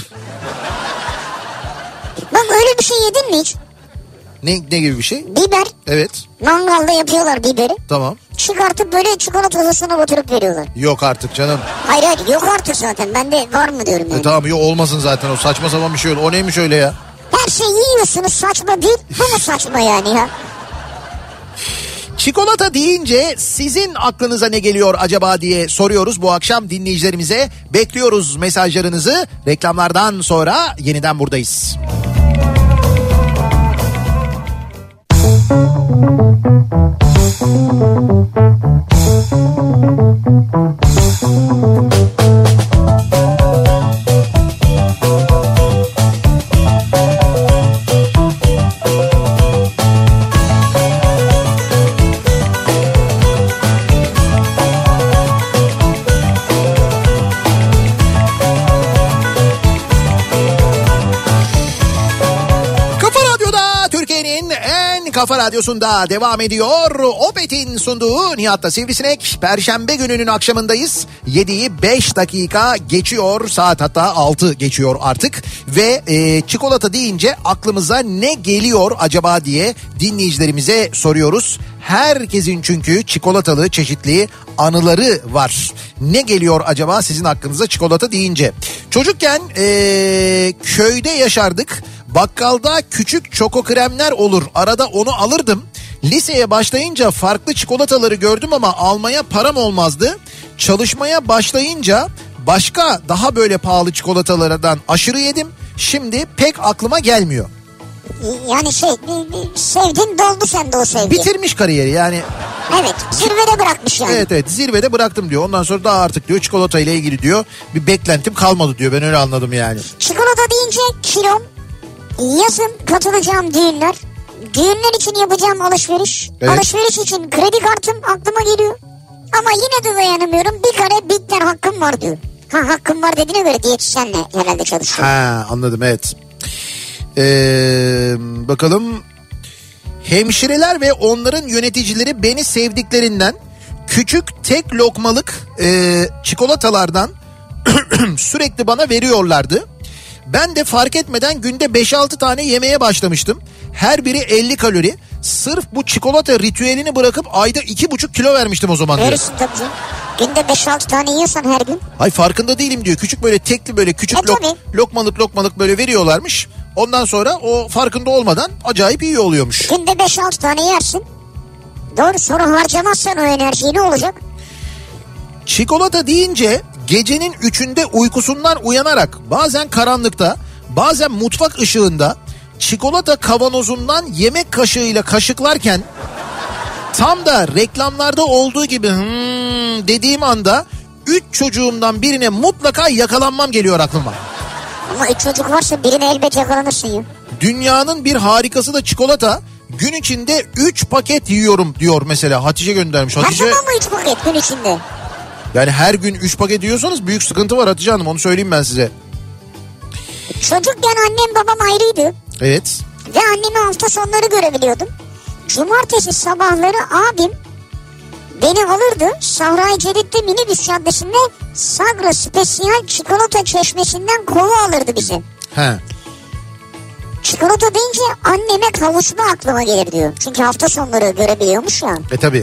Bak öyle bir şey yedin mi hiç? Ne gibi bir şey? Biber. Evet. Mangalda yapıyorlar biberi. Tamam. Çıkartıp böyle çikolata sosuna batırıp veriyorlar. Yok artık canım. Hayır yok artık zaten. Ben de var mı diyorum yani. Tamam, yok olmasın zaten, o saçma sapan bir şey olur. O neymiş öyle ya? Her şeyi yiyorsunuz, saçma değil. Bu mu saçma yani ya? Çikolata deyince sizin aklınıza ne geliyor acaba diye soruyoruz bu akşam dinleyicilerimize. Bekliyoruz mesajlarınızı. Reklamlardan sonra yeniden buradayız. Kafa Radyosu'nda devam ediyor. Opet'in sunduğu Nihat'ta Sivrisinek. Perşembe gününün akşamındayız. 7'yi 5 dakika geçiyor. Saat hatta 6 geçiyor artık. Ve çikolata deyince aklımıza ne geliyor acaba diye dinleyicilerimize soruyoruz. Herkesin çünkü çikolatalı çeşitli anıları var. Ne geliyor acaba sizin aklınıza çikolata deyince? Çocukken köyde yaşardık. Bakkalda küçük çoko kremler olur. Arada onu alırdım. Liseye başlayınca farklı çikolataları gördüm ama almaya param olmazdı. Çalışmaya başlayınca başka daha böyle pahalı çikolatalardan aşırı yedim. Şimdi pek aklıma gelmiyor. Yani sevdin doldu sende o sevgi. Bitirmiş kariyeri yani. Evet, zirvede bırakmış yani. Evet zirvede bıraktım diyor. Ondan sonra daha artık diyor çikolata ile ilgili diyor bir beklentim kalmadı diyor. Ben öyle anladım yani. Çikolata deyince kilom, yazın katılacağım düğünler, düğünler için yapacağım alışveriş, alışveriş için kredi kartım aklıma geliyor. Ama yine de dayanamıyorum, bir kare bitter hakkım var diyor. Hakkım var dediğine göre diyetisyenle herhalde çalışıyor. Anladım evet. Bakalım. Hemşireler ve onların yöneticileri beni sevdiklerinden küçük tek lokmalık çikolatalardan sürekli bana veriyorlardı. Ben de fark etmeden günde 5-6 tane yemeye başlamıştım. Her biri 50 kalori. Sırf bu çikolata ritüelini bırakıp ayda 2,5 kilo vermiştim o zaman diyor. Verirsin tabii canım. Günde 5-6 tane yiyorsan her gün. Ay farkında değilim diyor. Küçük böyle tekli böyle küçük lokmalık böyle veriyorlarmış. Ondan sonra o farkında olmadan acayip iyi oluyormuş. Günde 5-6 tane yersin. Doğru, sonra harcamazsan o enerjiyi ne olacak? Çikolata deyince gecenin 3'ünde uykusundan uyanarak bazen karanlıkta bazen mutfak ışığında çikolata kavanozundan yemek kaşığıyla kaşıklarken tam da reklamlarda olduğu gibi dediğim anda 3 çocuğumdan birine mutlaka yakalanmam geliyor aklıma. Ama 3 çocuk varsa birine elbet yakalanırsın ya. Dünyanın bir harikası da çikolata. Gün içinde 3 paket yiyorum diyor mesela. Hatice göndermiş. Hatice... Her zaman mı 3 paket gün içinde? Yani her gün 3 paket yiyorsanız büyük sıkıntı var Hatice Hanım, onu söyleyeyim ben size. Çocukken annem babam ayrıydı. Evet. Ve annemi hafta sonları görebiliyordum. Cumartesi sabahları abim beni alırdı. Sahra-i Cedid'de minibüs caddesinde Sagra Spesiyal çikolata çeşmesinden kova alırdı bizi. Çikolata deyince anneme kavuşma aklıma gelir diyor. Çünkü hafta sonları görebiliyormuş ya. Tabii.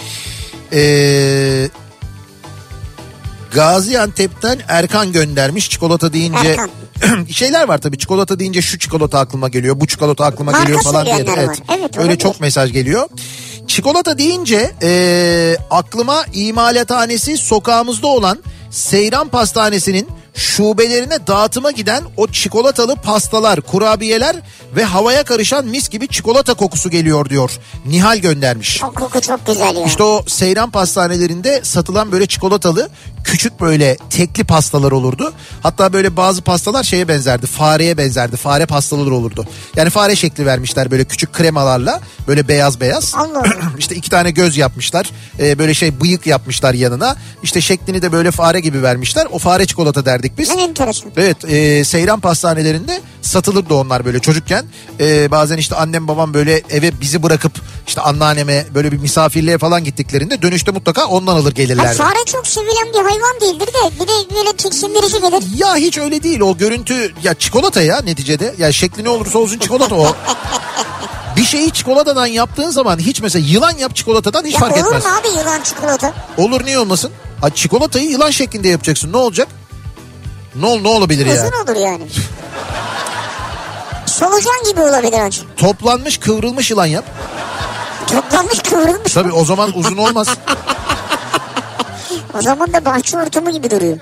Gaziantep'ten Erkan göndermiş çikolata deyince. Erkan. Şeyler var tabii, çikolata deyince şu çikolata aklıma geliyor, bu çikolata aklıma geliyor falan diye. Evet, öyle çok mesaj geliyor. Çikolata deyince aklıma imalathanesi sokağımızda olan Seyran Pastanesi'nin şubelerine dağıtıma giden o çikolatalı pastalar, kurabiyeler ve havaya karışan mis gibi çikolata kokusu geliyor diyor. Nihal göndermiş. O koku çok güzel ya. İşte o seyran pastanelerinde satılan böyle çikolatalı küçük böyle tekli pastalar olurdu. Hatta böyle bazı pastalar şeye benzerdi, fareye benzerdi. Fare pastalar olurdu. Yani fare şekli vermişler böyle küçük kremalarla, böyle beyaz beyaz. Allah. İşte 2 tane göz yapmışlar. Böyle bıyık yapmışlar yanına. İşte şeklini de böyle fare gibi vermişler. O fare çikolata derdik biz. Ne enteresan. Evet, seyran pastanelerinde satılırdı onlar böyle çocukken. Bazen işte annem babam böyle eve bizi bırakıp işte anneanneme böyle bir misafirliğe falan gittiklerinde dönüşte mutlaka ondan alır gelirlerdi. Fare çok sevilen bir hayvan değildir de bir de böyle tiksindirici gelir. Ya hiç öyle değil, o görüntü ya çikolata ya neticede. Ya şekli ne olursa olsun çikolata o. Bir şeyi çikolatadan yaptığın zaman hiç mesela yılan yap çikolatadan hiç fark etmez. Olur mu abi yılan çikolata? Olur, niye olmasın? Ha, çikolatayı yılan şeklinde yapacaksın, ne olacak? Ne olabilir ya? Uzun olur yani. Solucan gibi olabilir ancak. Toplanmış kıvrılmış yılan yap. Toplanmış kıvrılmış. Tabii o zaman uzun olmaz. O zaman da bahçe ortamı gibi duruyor.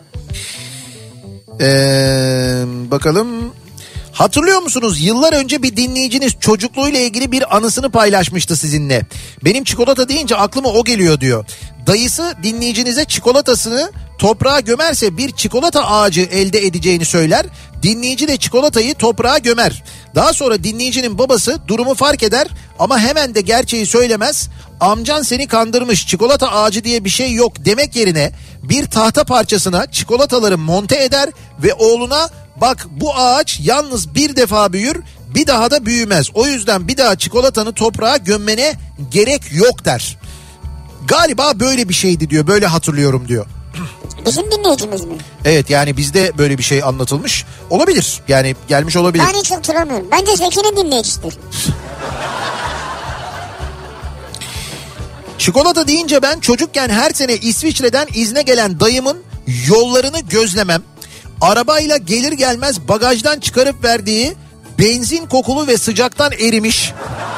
Bakalım. Hatırlıyor musunuz? Yıllar önce bir dinleyiciniz çocukluğuyla ilgili bir anısını paylaşmıştı sizinle. Benim çikolata deyince aklıma o geliyor diyor. Dayısı dinleyicinize çikolatasını toprağa gömerse bir çikolata ağacı elde edeceğini söyler. Dinleyici de çikolatayı toprağa gömer. Daha sonra dinleyicinin babası durumu fark eder ama hemen de gerçeği söylemez. Amcan seni kandırmış, çikolata ağacı diye bir şey yok demek yerine bir tahta parçasına çikolataları monte eder ve oğluna bak bu ağaç yalnız bir defa büyür, bir daha da büyümez. O yüzden bir daha çikolatanı toprağa gömmene gerek yok der. Galiba böyle bir şeydi diyor, böyle hatırlıyorum diyor. Bizim dinleyicimiz mi? Evet, yani bizde böyle bir şey anlatılmış olabilir. Yani gelmiş olabilir. Ben hiç hatırlamıyorum. Bence Zeki'nin dinleyicisidir. Çikolata deyince ben çocukken her sene İsviçre'den izne gelen dayımın yollarını gözlemem, arabayla gelir gelmez bagajdan çıkarıp verdiği benzin kokulu ve sıcaktan erimiş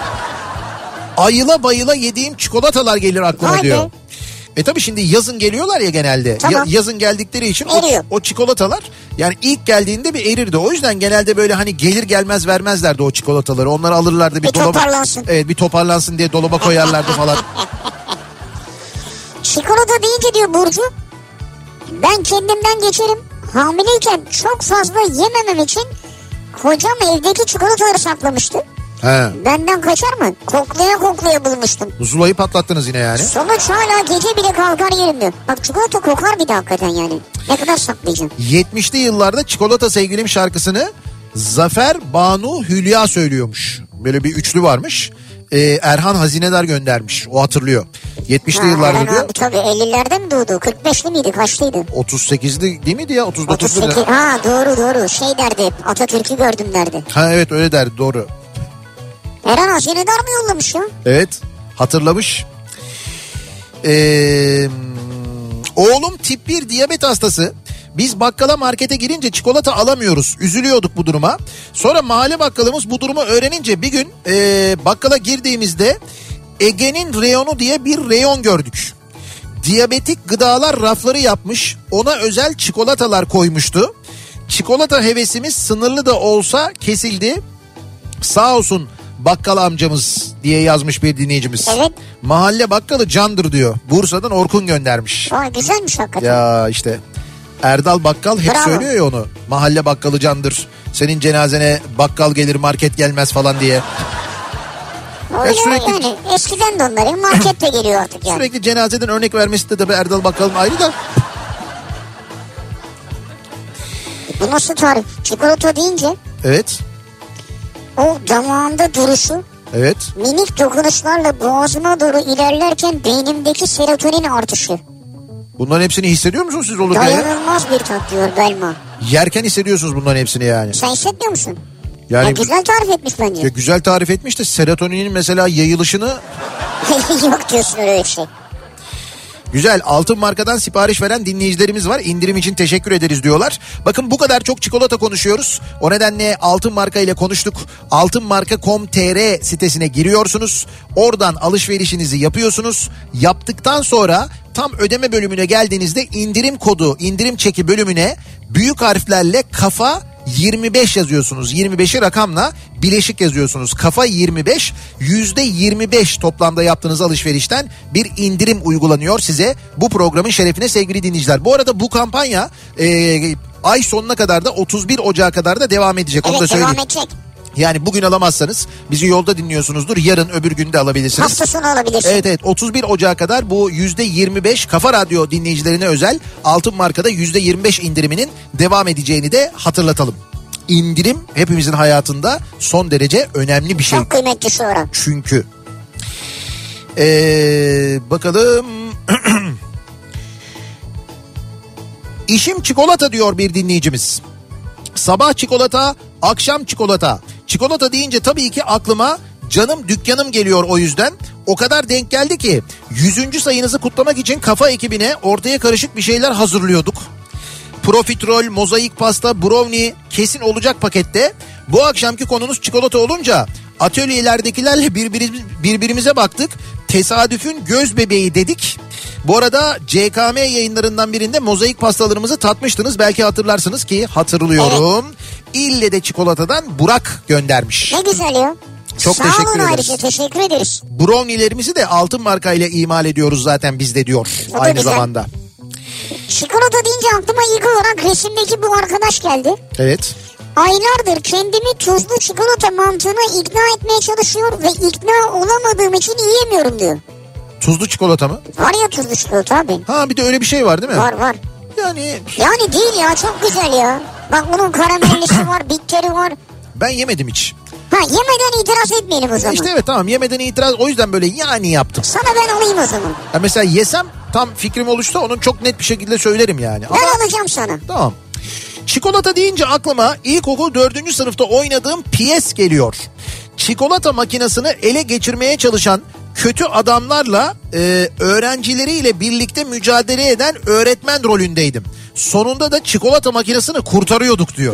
ayıla bayıla yediğim çikolatalar gelir aklıma. Vay diyor. Be. Tabii şimdi yazın geliyorlar ya genelde. Tamam. Yazın geldikleri için o çikolatalar yani ilk geldiğinde bir erirdi. O yüzden genelde böyle hani gelir gelmez vermezlerdi o çikolataları. Onları alırlardı bir dolaba. Toparlansın. Evet, bir toparlansın diye dolaba koyarlardı falan. Çikolata deyince diyor Burcu, ben kendimden geçerim. Hamileyken çok fazla yememem için kocam evdeki çikolataları saklamıştı. He. Benden kaçar mı? Koklaya bulmuştum. Zulayı patlattınız yine yani. Sonuç hala gece bile kalkar yerim diyor. Bak çikolata kokar bir de hakikaten yani. Ne kadar saklayacağım. 70'li yıllarda Çikolata Sevgilim şarkısını Zafer, Banu, Hülya söylüyormuş. Böyle bir üçlü varmış. Erhan Hazinedar göndermiş. O hatırlıyor. 70'li yıllarda diyor. Abi tabii 50'lerde mi doğdu? 45'li miydi? Kaçlıydı? 38'li değil miydi ya? 39'lu. 38. Ha doğru. Şey derdi hep. Atatürk'ü gördüm derdi. Ha evet, öyle derdi, doğru. Erhan Hazinedar mı yollamış ya? Evet, hatırlamış. Oğlum tip 1 diyabet hastası. Biz bakkala markete girince çikolata alamıyoruz. Üzülüyorduk bu duruma. Sonra mahalle bakkalımız bu durumu öğrenince bir gün bakkala girdiğimizde Ege'nin reyonu diye bir reyon gördük. Diyabetik gıdalar rafları yapmış. Ona özel çikolatalar koymuştu. Çikolata hevesimiz sınırlı da olsa kesildi. Sağ olsun bakkal amcamız diye yazmış bir dinleyicimiz. Evet. Mahalle bakkalı candır diyor. Bursa'dan Orkun göndermiş. Vay güzelmiş hakikaten. Ya işte Erdal Bakkal hep söylüyor ya onu. Mahalle bakkalı candır. Senin cenazene bakkal gelir market gelmez falan diye. Öyle sürekli, yani eskiden de onların markette geliyor artık yani. Sürekli cenazeden örnek vermesi de tabii Erdal Bakkal'ın ayrı da. Bu nasıl tarif? Çikolata deyince. Evet. O damağında duruşu. Evet. Minik dokunuşlarla boğazıma doğru ilerlerken beynimdeki serotonin artışı. Bunların hepsini hissediyor musunuz siz olurken? Dayanılmaz bir tat diyor Belma. Yerken hissediyorsunuz bunların hepsini yani. Sen hissetmiyor musun? Yani ya güzel tarif etmiş bence. Ya güzel tarif etmiş de serotoninin mesela yayılışını... Yok diyorsun öyle bir şey. Güzel, altın markadan sipariş veren dinleyicilerimiz var. İndirim için teşekkür ederiz diyorlar. Bakın bu kadar çok çikolata konuşuyoruz. O nedenle altın marka ile konuştuk. Altınmarka.com.tr sitesine giriyorsunuz. Oradan alışverişinizi yapıyorsunuz. Yaptıktan sonra tam ödeme bölümüne geldiğinizde indirim kodu, indirim çeki bölümüne büyük harflerle kafa 25 yazıyorsunuz. 25'i rakamla bileşik yazıyorsunuz. Kafa 25, %25 toplamda yaptığınız alışverişten bir indirim uygulanıyor size bu programın şerefine sevgili dinleyiciler. Bu arada bu kampanya ay sonuna kadar da 31 Ocak'a kadar da devam edecek. Evet, onu da söyleyeyim. devam edecek. Yani bugün alamazsanız bizi yolda dinliyorsunuzdur. Yarın öbür gün de alabilirsiniz. Hafta sonu alabilirsiniz. Evet 31 Ocak'a kadar bu %25 Kafa Radyo dinleyicilerine özel altın markada %25 indiriminin devam edeceğini de hatırlatalım. İndirim hepimizin hayatında son derece önemli bir şey. Çok kıymetli şu ara. Çünkü. Bakalım. İşim çikolata diyor bir dinleyicimiz. Sabah çikolata, akşam çikolata. Çikolata deyince tabii ki aklıma canım dükkanım geliyor o yüzden. O kadar denk geldi ki 100. sayınızı kutlamak için Kafa ekibine ortaya karışık bir şeyler hazırlıyorduk. Profiterol, mozaik pasta, brownie kesin olacak pakette. Bu akşamki konumuz çikolata olunca atölyelerdekilerle birbirimize baktık. Tesadüfün göz bebeği dedik. Bu arada CKM yayınlarından birinde mozaik pastalarımızı tatmıştınız. Belki hatırlarsınız ki hatırlıyorum. Evet. İlle de çikolatadan Burak göndermiş. Ne güzel ya. Çok sağ teşekkür olun ederiz. Ayrıca teşekkür ederiz. Brownie'lerimizi de altın markayla imal ediyoruz zaten biz de diyor aynı güzel. zamanda. Çikolata deyince aklıma ilk olarak resimdeki bu arkadaş geldi. Evet. Aylardır kendimi tuzlu çikolata mantığına ikna etmeye çalışıyor ve ikna olamadığım için yiyemiyorum diyor. Tuzlu çikolata mı? Var ya tuzlu çikolata abi. Ha bir de öyle bir şey var değil mi? Var. Yani değil ya, çok güzel ya. Bak bunun karamellisi var, bitteri var. Ben yemedim hiç. Ha, yemeden itiraz etmeyelim o zaman. İşte evet, tamam, yemeden itiraz, o yüzden böyle yani yaptım. Sana ben alayım o zaman. Ya mesela yesem tam fikrim oluşsa onu çok net bir şekilde söylerim yani. Ben alacağım sana. Tamam. Çikolata deyince aklıma ilkokul 4. sınıfta oynadığım piyes geliyor. Çikolata makinesini ele geçirmeye çalışan kötü adamlarla öğrencileriyle birlikte mücadele eden öğretmen rolündeydim. Sonunda da çikolata makinesini kurtarıyorduk diyor.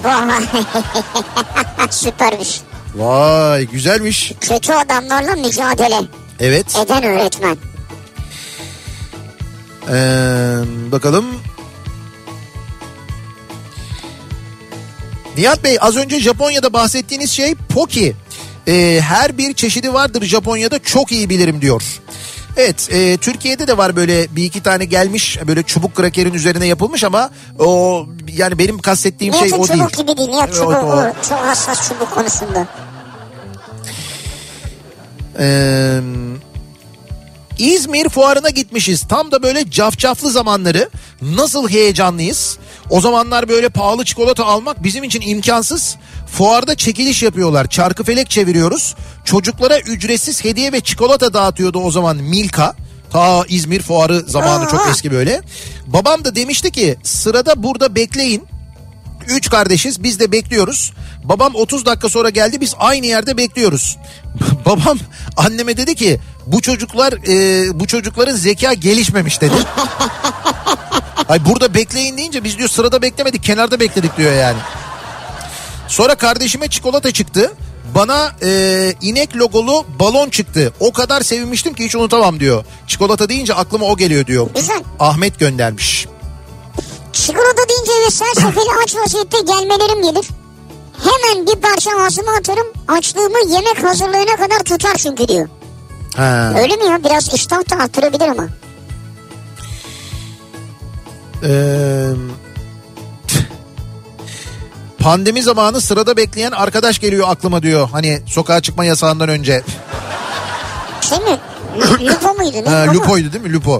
Süpermiş. Vay, güzelmiş. Kötü adamlarla mücadele. Evet. Eden öğretmen. Bakalım. Nihat Bey, az önce Japonya'da bahsettiğiniz şey Poki. Her bir çeşidi vardır Japonya'da, çok iyi bilirim diyor. Evet, Türkiye'de de var böyle bir iki tane gelmiş, böyle çubuk krakerin üzerine yapılmış ama o yani benim kastettiğim şey o değil. Çubuk gibi değil. Nihat çubuk o çok hassas çubuk konusunda. İzmir fuarına gitmişiz. Tam da böyle cafcaflı zamanları. Nasıl heyecanlıyız. O zamanlar böyle pahalı çikolata almak bizim için imkansız. Fuarda çekiliş yapıyorlar. Çarkıfelek çeviriyoruz. Çocuklara ücretsiz hediye ve çikolata dağıtıyordu o zaman Milka. Ta İzmir fuarı zamanı, çok eski böyle. Babam da demişti ki sırada burada bekleyin. 3 kardeşiz, biz de bekliyoruz. Babam 30 dakika sonra geldi, biz aynı yerde bekliyoruz. Babam anneme dedi ki bu çocukların zeka gelişmemiş dedi. Ay, burada bekleyin deyince biz diyor sırada beklemedik, kenarda bekledik diyor yani. Sonra kardeşime çikolata çıktı. Bana inek logolu balon çıktı. O kadar sevinmiştim ki hiç unutamam diyor. Çikolata deyince aklıma o geliyor diyor. Güzel. Ahmet göndermiş. Çikolata deyince eve sersefeli aç vaziyette gelmelerim gelir. Hemen bir parça ağzıma atarım. Açlığımı yemek hazırlayana kadar tutar çünkü diyor. Ha. Öyle mi ya? Biraz iştah da arttırabilir ama. Pandemi zamanı sırada bekleyen arkadaş geliyor aklıma diyor. Hani sokağa çıkma yasağından önce. Şey mi? Lupo muydu? Ha, Lupo'ydu değil mi? Lupo.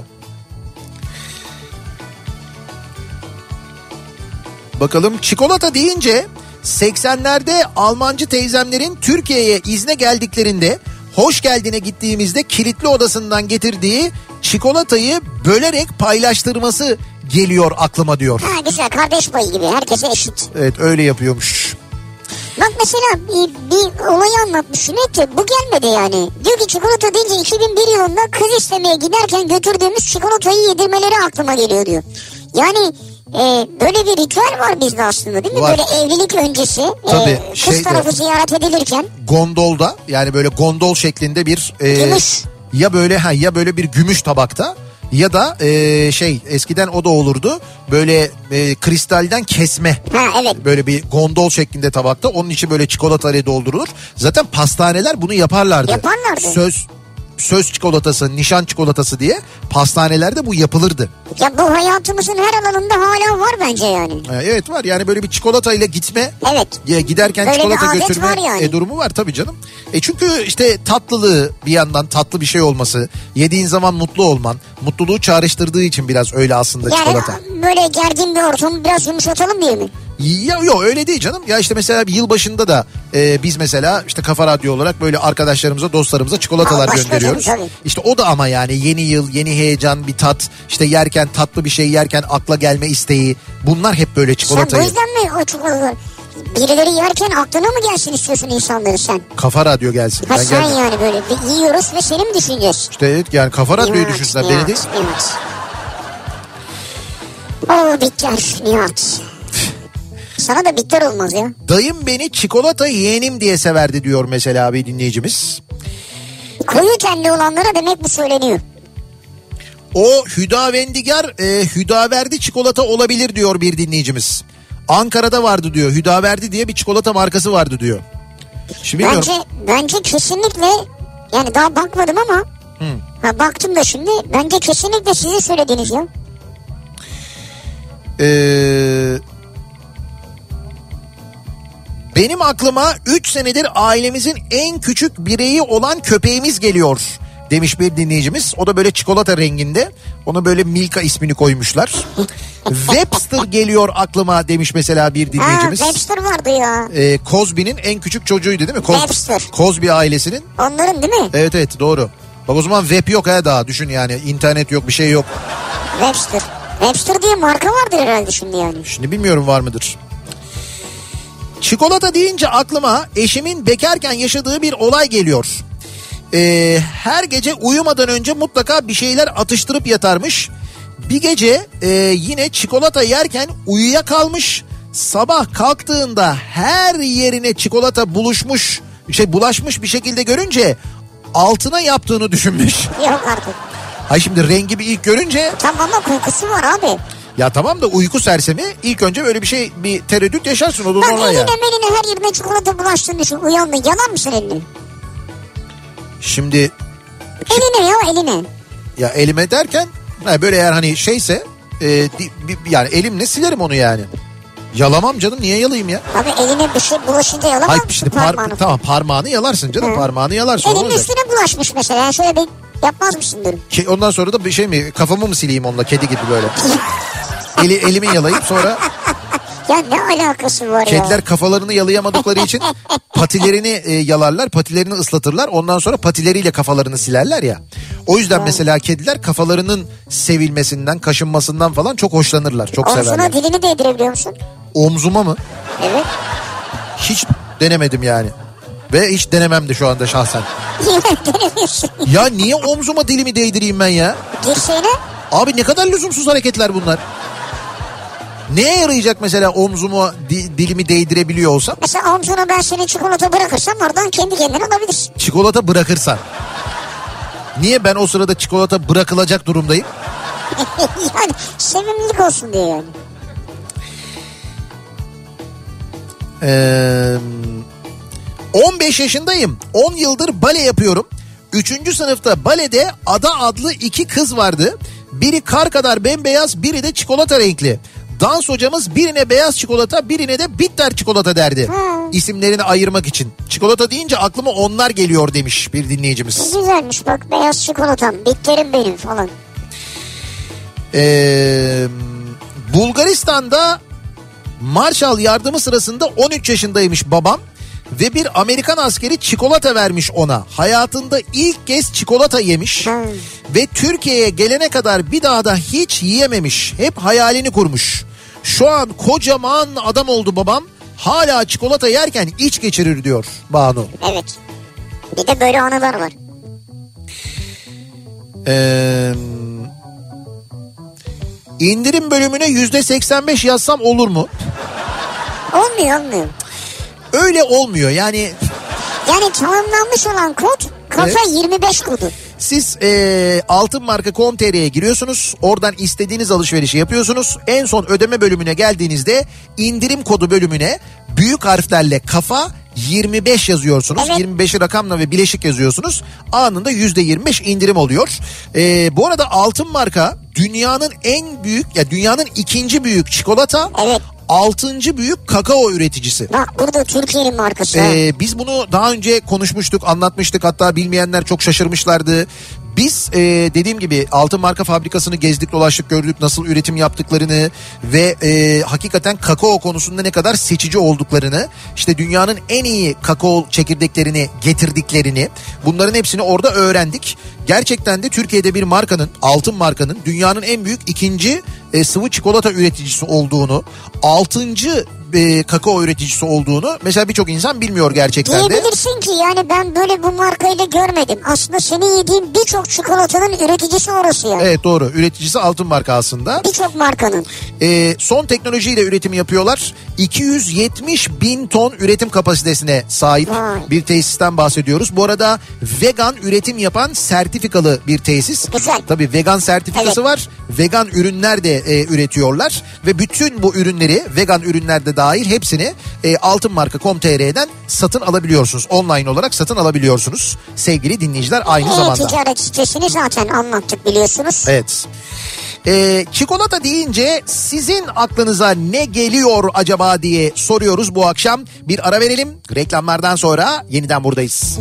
Bakalım, çikolata deyince 80'lerde Almancı teyzemlerin Türkiye'ye izne geldiklerinde hoş geldine gittiğimizde kilitli odasından getirdiği çikolatayı bölerek paylaştırması geliyor aklıma diyor. Ha, güzel, kardeş payı gibi, herkese eşit. Evet, öyle yapıyormuş. Bak mesela bir olayı anlatmış Cüneyt de bu gelmedi yani. Diyor ki çikolata deyince 2001 yılında kız istemeye giderken götürdüğümüz çikolatayı yedirmeleri aklıma geliyor diyor. Yani böyle bir ritüel var bizde aslında değil mi? Var. Böyle evlilik öncesi Tabii, kız tarafı ziyaret edilirken. Gondolda, yani böyle gondol şeklinde bir Gümüş. ya böyle bir gümüş tabakta ya da eskiden o da olurdu. Böyle kristalden kesme. Ha, evet. Böyle bir gondol şeklinde tabakta, onun içi böyle çikolatayla doldurulur. Zaten pastaneler bunu yaparlardı. Söz çikolatası, nişan çikolatası diye pastanelerde bu yapılırdı. Ya bu hayatımızın her alanında hala var bence yani. Evet var, yani böyle bir çikolatayla gitme. Evet. Giderken böyle çikolata bir götürme var yani. Durumu var tabii canım. Çünkü işte tatlılığı, bir yandan tatlı bir şey olması, yediğin zaman mutlu olman, mutluluğu çağrıştırdığı için biraz öyle aslında yani çikolata. Yani böyle gergin bir ortamı biraz yumuşatalım diye mi? Yok öyle değil canım. Ya işte mesela bir yılbaşında da biz mesela işte Kafa Radyo olarak böyle arkadaşlarımıza, dostlarımıza çikolatalar gönderiyoruz. Tabii. İşte o da ama yani yeni yıl, yeni heyecan, bir tat, işte yerken tatlı bir şey yerken akla gelme isteği, bunlar hep böyle çikolatayı. Sen bu yüzden mi o çikolatalar? Birileri yerken aklına mı gelsin istiyorsun insanları sen? Kafa Radyo gelsin. Ha sen yani böyle yiyoruz ve seni mi düşüneceğiz? İşte evet, yani Kafa Radyo'yu düşünsen beni değil. O bitter Nihat. Sana da bitter olmaz ya. Dayım beni çikolata yeğenim diye severdi diyor mesela bir dinleyicimiz. Koyu tenli olanlara demek bu söyleniyor. O Hüdavendigar Hüdaverdi çikolata olabilir diyor bir dinleyicimiz. Ankara'da vardı diyor. Hüdaverdi diye bir çikolata markası vardı diyor. Şimdi bence kesinlikle, yani daha bakmadım ama baktım da şimdi, bence kesinlikle sizin söylediğiniz ya. Benim aklıma 3 senedir ailemizin en küçük bireyi olan köpeğimiz geliyor demiş bir dinleyicimiz. O da böyle çikolata renginde. Ona böyle Milka ismini koymuşlar. Webster geliyor aklıma demiş mesela bir dinleyicimiz. Webster vardı ya. Cosby'nin en küçük çocuğuydu değil mi? Webster. Cosby ailesinin. Onların değil mi? Evet doğru. Bak o zaman web yok daha, düşün yani, internet yok, bir şey yok. Webster diye marka vardır herhalde şimdi yani. Şimdi bilmiyorum, var mıdır? Çikolata deyince aklıma eşimin bekarken yaşadığı bir olay geliyor. Her gece uyumadan önce mutlaka bir şeyler atıştırıp yatarmış. Bir gece yine çikolata yerken uyuyakalmış. Sabah kalktığında her yerine çikolata bulaşmış bir şekilde görünce altına yaptığını düşünmüş. Yok artık. Hay şimdi rengi bir ilk görünce. Tamam ama kokusu var abi. Ya tamam da uyku sersemi, ilk önce böyle bir tereddüt yaşarsın, o da normal ya. Eline her yerine çikolata bulaştığını düşün, uyandın, yalan mısın elini? Şimdi. Eline. Ya elime derken böyle eğer hani şeyse yani elimle silerim onu yani. Yalamam canım, niye yalayayım ya? Abi eline bir şey bulaşınca yalamam. Hayır şimdi parmağını. Tamam, parmağını yalarsın canım. Parmağını yalarsın. Elinin üstüne bulaşmış mesela, yani şöyle bir yapmaz mısın diyorum. Ondan sonra da bir şey mi, kafamı mı sileyim onunla, kedi gibi böyle. Elimi yalayıp sonra. Ya ne alakası var Kediler ya? Kediler kafalarını yalayamadıkları için patilerini yalarlar, patilerini ıslatırlar. Ondan sonra patileriyle kafalarını silerler ya. O yüzden mesela kediler kafalarının sevilmesinden, kaşınmasından falan çok hoşlanırlar, çok severler. Omzuna dilini değdirebiliyor musun? Omzuma mı? Evet. Hiç denemedim yani. Ve hiç denemem de şu anda şahsen. Niye denemiyorsun? Ya niye omzuma dilimi değdireyim ben ya? Dirseğine? Abi ne kadar lüzumsuz hareketler bunlar. Neye yarayacak mesela omzuma dilimi değdirebiliyor olsam? Mesela omzuna ben senin çikolata bırakırsam oradan kendi kendine alabilirsin. Çikolata bırakırsan. Niye ben o sırada çikolata bırakılacak durumdayım? Yani sevimlilik olsun diye yani. 15 yaşındayım. 10 yıldır bale yapıyorum. 3. sınıfta balede Ada adlı 2 kız vardı. Biri kar kadar bembeyaz, biri de çikolata renkli. Dans hocamız birine beyaz çikolata, birine de bitter çikolata derdi. İsimlerini ayırmak için. Çikolata deyince aklıma onlar geliyor demiş bir dinleyicimiz. Güzelmiş bak, beyaz çikolatam, bitterim benim falan. Bulgaristan'da Marshall yardımı sırasında 13 yaşındaymış babam. Ve bir Amerikan askeri çikolata vermiş ona. Hayatında ilk kez çikolata yemiş. Ve Türkiye'ye gelene kadar bir daha da hiç yiyememiş. Hep hayalini kurmuş. Şu an kocaman adam oldu babam. hala çikolata yerken iç geçirir diyor Banu. Evet. Bir de böyle anılar var. İndirim bölümüne %85 yazsam olur mu? Olmuyor. Öyle olmuyor yani. Yani tanımlanmış olan kod kafa evet. 25 kodu. Siz altınmarka.com.tr'ye giriyorsunuz. Oradan istediğiniz alışverişi yapıyorsunuz. En son ödeme bölümüne geldiğinizde indirim kodu bölümüne büyük harflerle kafa 25 yazıyorsunuz. Evet. 25'i rakamla ve bileşik yazıyorsunuz. Anında %25 indirim oluyor. Bu arada Altın Marka dünyanın en büyük, ya dünyanın ikinci büyük çikolata. Evet. 6. büyük kakao üreticisi. Bak burada Türkiye'nin markası. Biz bunu daha önce konuşmuştuk, anlatmıştık. Hatta bilmeyenler çok şaşırmışlardı. Biz dediğim gibi Altın Marka fabrikasını gezdik, dolaştık, gördük nasıl üretim yaptıklarını ve hakikaten kakao konusunda ne kadar seçici olduklarını, işte dünyanın en iyi kakao çekirdeklerini getirdiklerini, bunların hepsini orada öğrendik. Gerçekten de Türkiye'de bir markanın, Altın Marka'nın dünyanın en büyük ikinci sıvı çikolata üreticisi olduğunu, 6. kakao üreticisi olduğunu mesela birçok insan bilmiyor gerçekten de. Diyebilirsin ki yani ben böyle bu markayla görmedim. Aslında senin yediğin birçok çikolatanın üreticisi orası yani. Evet doğru, üreticisi Altın Marka aslında. Birçok markanın. Son teknolojiyle üretim yapıyorlar. 270 bin ton üretim kapasitesine sahip bir tesisten bahsediyoruz. Bu arada vegan üretim yapan sertifikalı bir tesis. Güzel. Tabii vegan sertifikası var. Vegan ürünler de üretiyorlar ve bütün bu ürünleri, vegan ürünler de dahil hepsini altınmarka.com.tr'den satın alabiliyorsunuz. Online olarak satın alabiliyorsunuz. Sevgili dinleyiciler, aynı zamanda. Ticaret sitesini zaten anlattık biliyorsunuz. Evet. Çikolata deyince sizin aklınıza ne geliyor acaba diye soruyoruz bu akşam. Bir ara verelim. Reklamlardan sonra yeniden buradayız.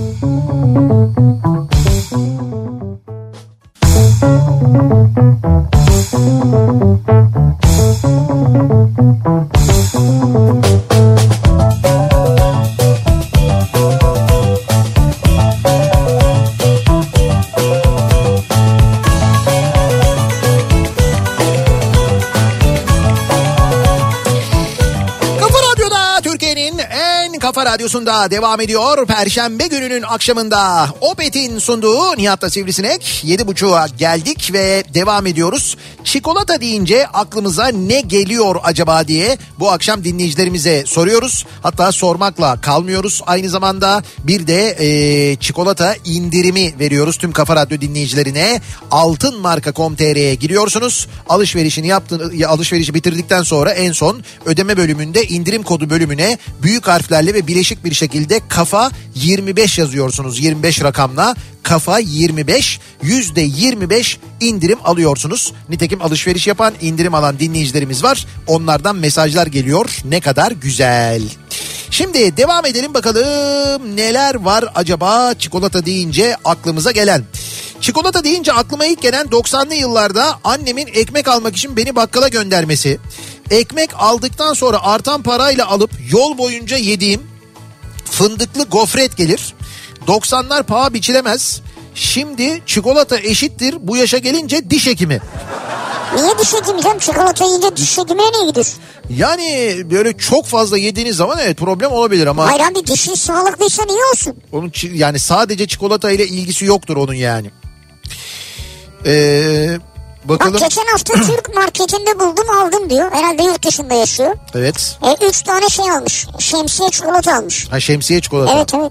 Kafa Radyosu'nda devam ediyor. Perşembe gününün akşamında Opet'in sunduğu Nihat'la Sivrisinek 7.30'a geldik ve devam ediyoruz. Çikolata deyince aklımıza ne geliyor acaba diye bu akşam dinleyicilerimize soruyoruz. Hatta sormakla kalmıyoruz. Aynı zamanda bir de çikolata indirimi veriyoruz tüm Kafa Radyo dinleyicilerine. Altınmarka.com.tr'ye giriyorsunuz. Alışverişi bitirdikten sonra en son ödeme bölümünde indirim kodu bölümüne büyük harflerle ve bileşik bir şekilde kafa 25 yazıyorsunuz. 25 rakamla kafa 25, %25 indirim alıyorsunuz. Nitekim alışveriş yapan, indirim alan dinleyicilerimiz var. Onlardan mesajlar geliyor. Ne kadar güzel. Şimdi devam edelim bakalım neler var acaba çikolata deyince aklımıza gelen. Çikolata deyince aklıma ilk gelen 90'lı yıllarda annemin ekmek almak için beni bakkala göndermesi. Ekmek aldıktan sonra artan parayla alıp yol boyunca yediğim fındıklı gofret gelir. 90'lar paha biçilemez. Şimdi çikolata eşittir bu yaşa gelince diş hekimi. Niye diş hekimi canım? Çikolata yiyince diş hekimine niye gidiyor? Yani böyle çok fazla yediğiniz zaman evet problem olabilir ama. Hayır abi, dişin sağlıklıysa niye olsun? Onun yani sadece çikolata ile ilgisi yoktur onun yani. Bakalım. Bak geçen hafta Türk marketinde buldum, aldım diyor. Herhalde yurt dışında yaşıyor. Evet. 3 tane şey almış. Şemsiye çikolata almış. Ha, şemsiye çikolata. Evet evet.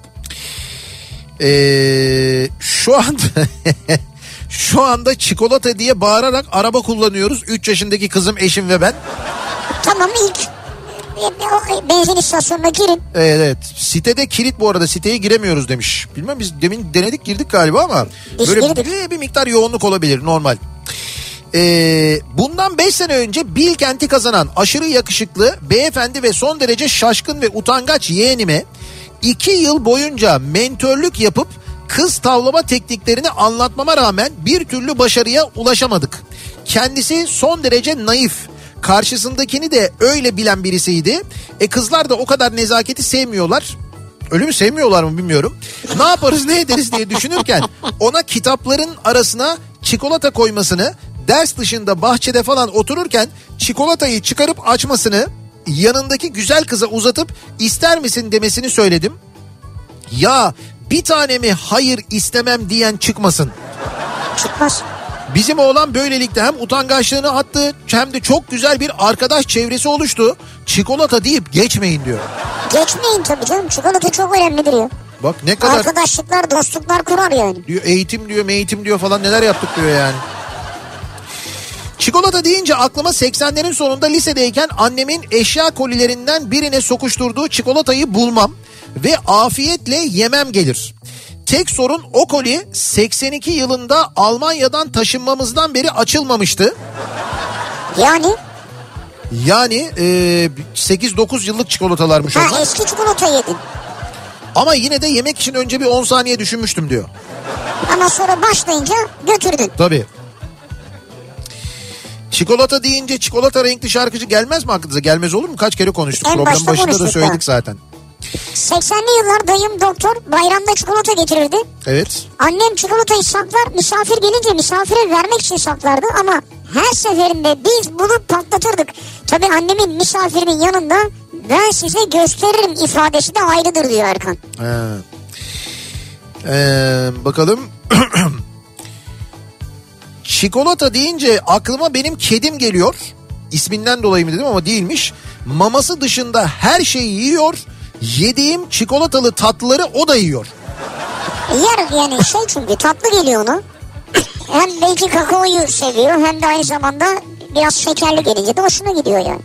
Şu anda çikolata diye bağırarak araba kullanıyoruz. 3 yaşındaki kızım, eşim ve ben. Tamam, ilk benzin istasyonuna girin. Evet. Sitede kilit bu arada. Siteye giremiyoruz demiş. Bilmem, biz demin denedik, girdik galiba ama böyle bir miktar yoğunluk olabilir, normal. Bundan 5 sene önce Bilkent'i kazanan aşırı yakışıklı beyefendi ve son derece şaşkın ve utangaç yeğenime 2 yıl boyunca mentörlük yapıp kız tavlama tekniklerini anlatmama rağmen bir türlü başarıya ulaşamadık. Kendisi son derece naif. Karşısındakini de öyle bilen birisiydi. Kızlar da o kadar nezaketi sevmiyorlar. Öyle mi, sevmiyorlar mı bilmiyorum. Ne yaparız ne ederiz diye düşünürken ona kitapların arasına çikolata koymasını, ders dışında bahçede falan otururken çikolatayı çıkarıp açmasını yanındaki güzel kıza uzatıp ister misin demesini söyledim. Ya bir tane mi hayır istemem diyen çıkmasın. Çıkmaz. Bizim oğlan böylelikle hem utangaçlığını attı hem de çok güzel bir arkadaş çevresi oluştu. Çikolata deyip geçmeyin diyor. Geçmeyin tabii canım. Çikolata çok önemlidir ya. Bak ne kadar... Arkadaşlıklar, dostluklar kurar yani. Diyor eğitim diyor, meğitim diyor falan neler yaptık diyor yani. Çikolata deyince aklıma 80'lerin sonunda lisedeyken annemin eşya kolilerinden birine sokuşturduğu çikolatayı bulmam ve afiyetle yemem gelir. Tek sorun o koli 82 yılında Almanya'dan taşınmamızdan beri açılmamıştı. Yani 8-9 yıllık çikolatalarmış onlar. Ha, eski çikolata yedin. Ama yine de yemek için önce bir 10 saniye düşünmüştüm diyor. Ama sonra başlayınca götürdün. Tabii. Çikolata deyince çikolata renkli şarkıcı gelmez mi aklınıza? Gelmez olur mu? Kaç kere konuştuk. Program başında da söyledik zaten. 80'li yıllar dayım doktor bayramda çikolata getirirdi. Evet. Annem çikolatayı saklar, misafir gelince misafire vermek için saklardı ama her seferinde biz bulup patlatırdık. Tabii annemin misafirinin yanında ben size gösteririm ifadesi de ayrıdır diyor Erkan. Bakalım. Çikolata deyince aklıma benim kedim geliyor. İsminden dolayı mı dedim ama değilmiş. Maması dışında her şeyi yiyor. Yediğim çikolatalı tatlıları o da yiyor. Yer yani çünkü tatlı geliyor ona. Hem belki kakaoyu seviyor hem de aynı zamanda biraz şekerli gelince de hoşuna gidiyor yani.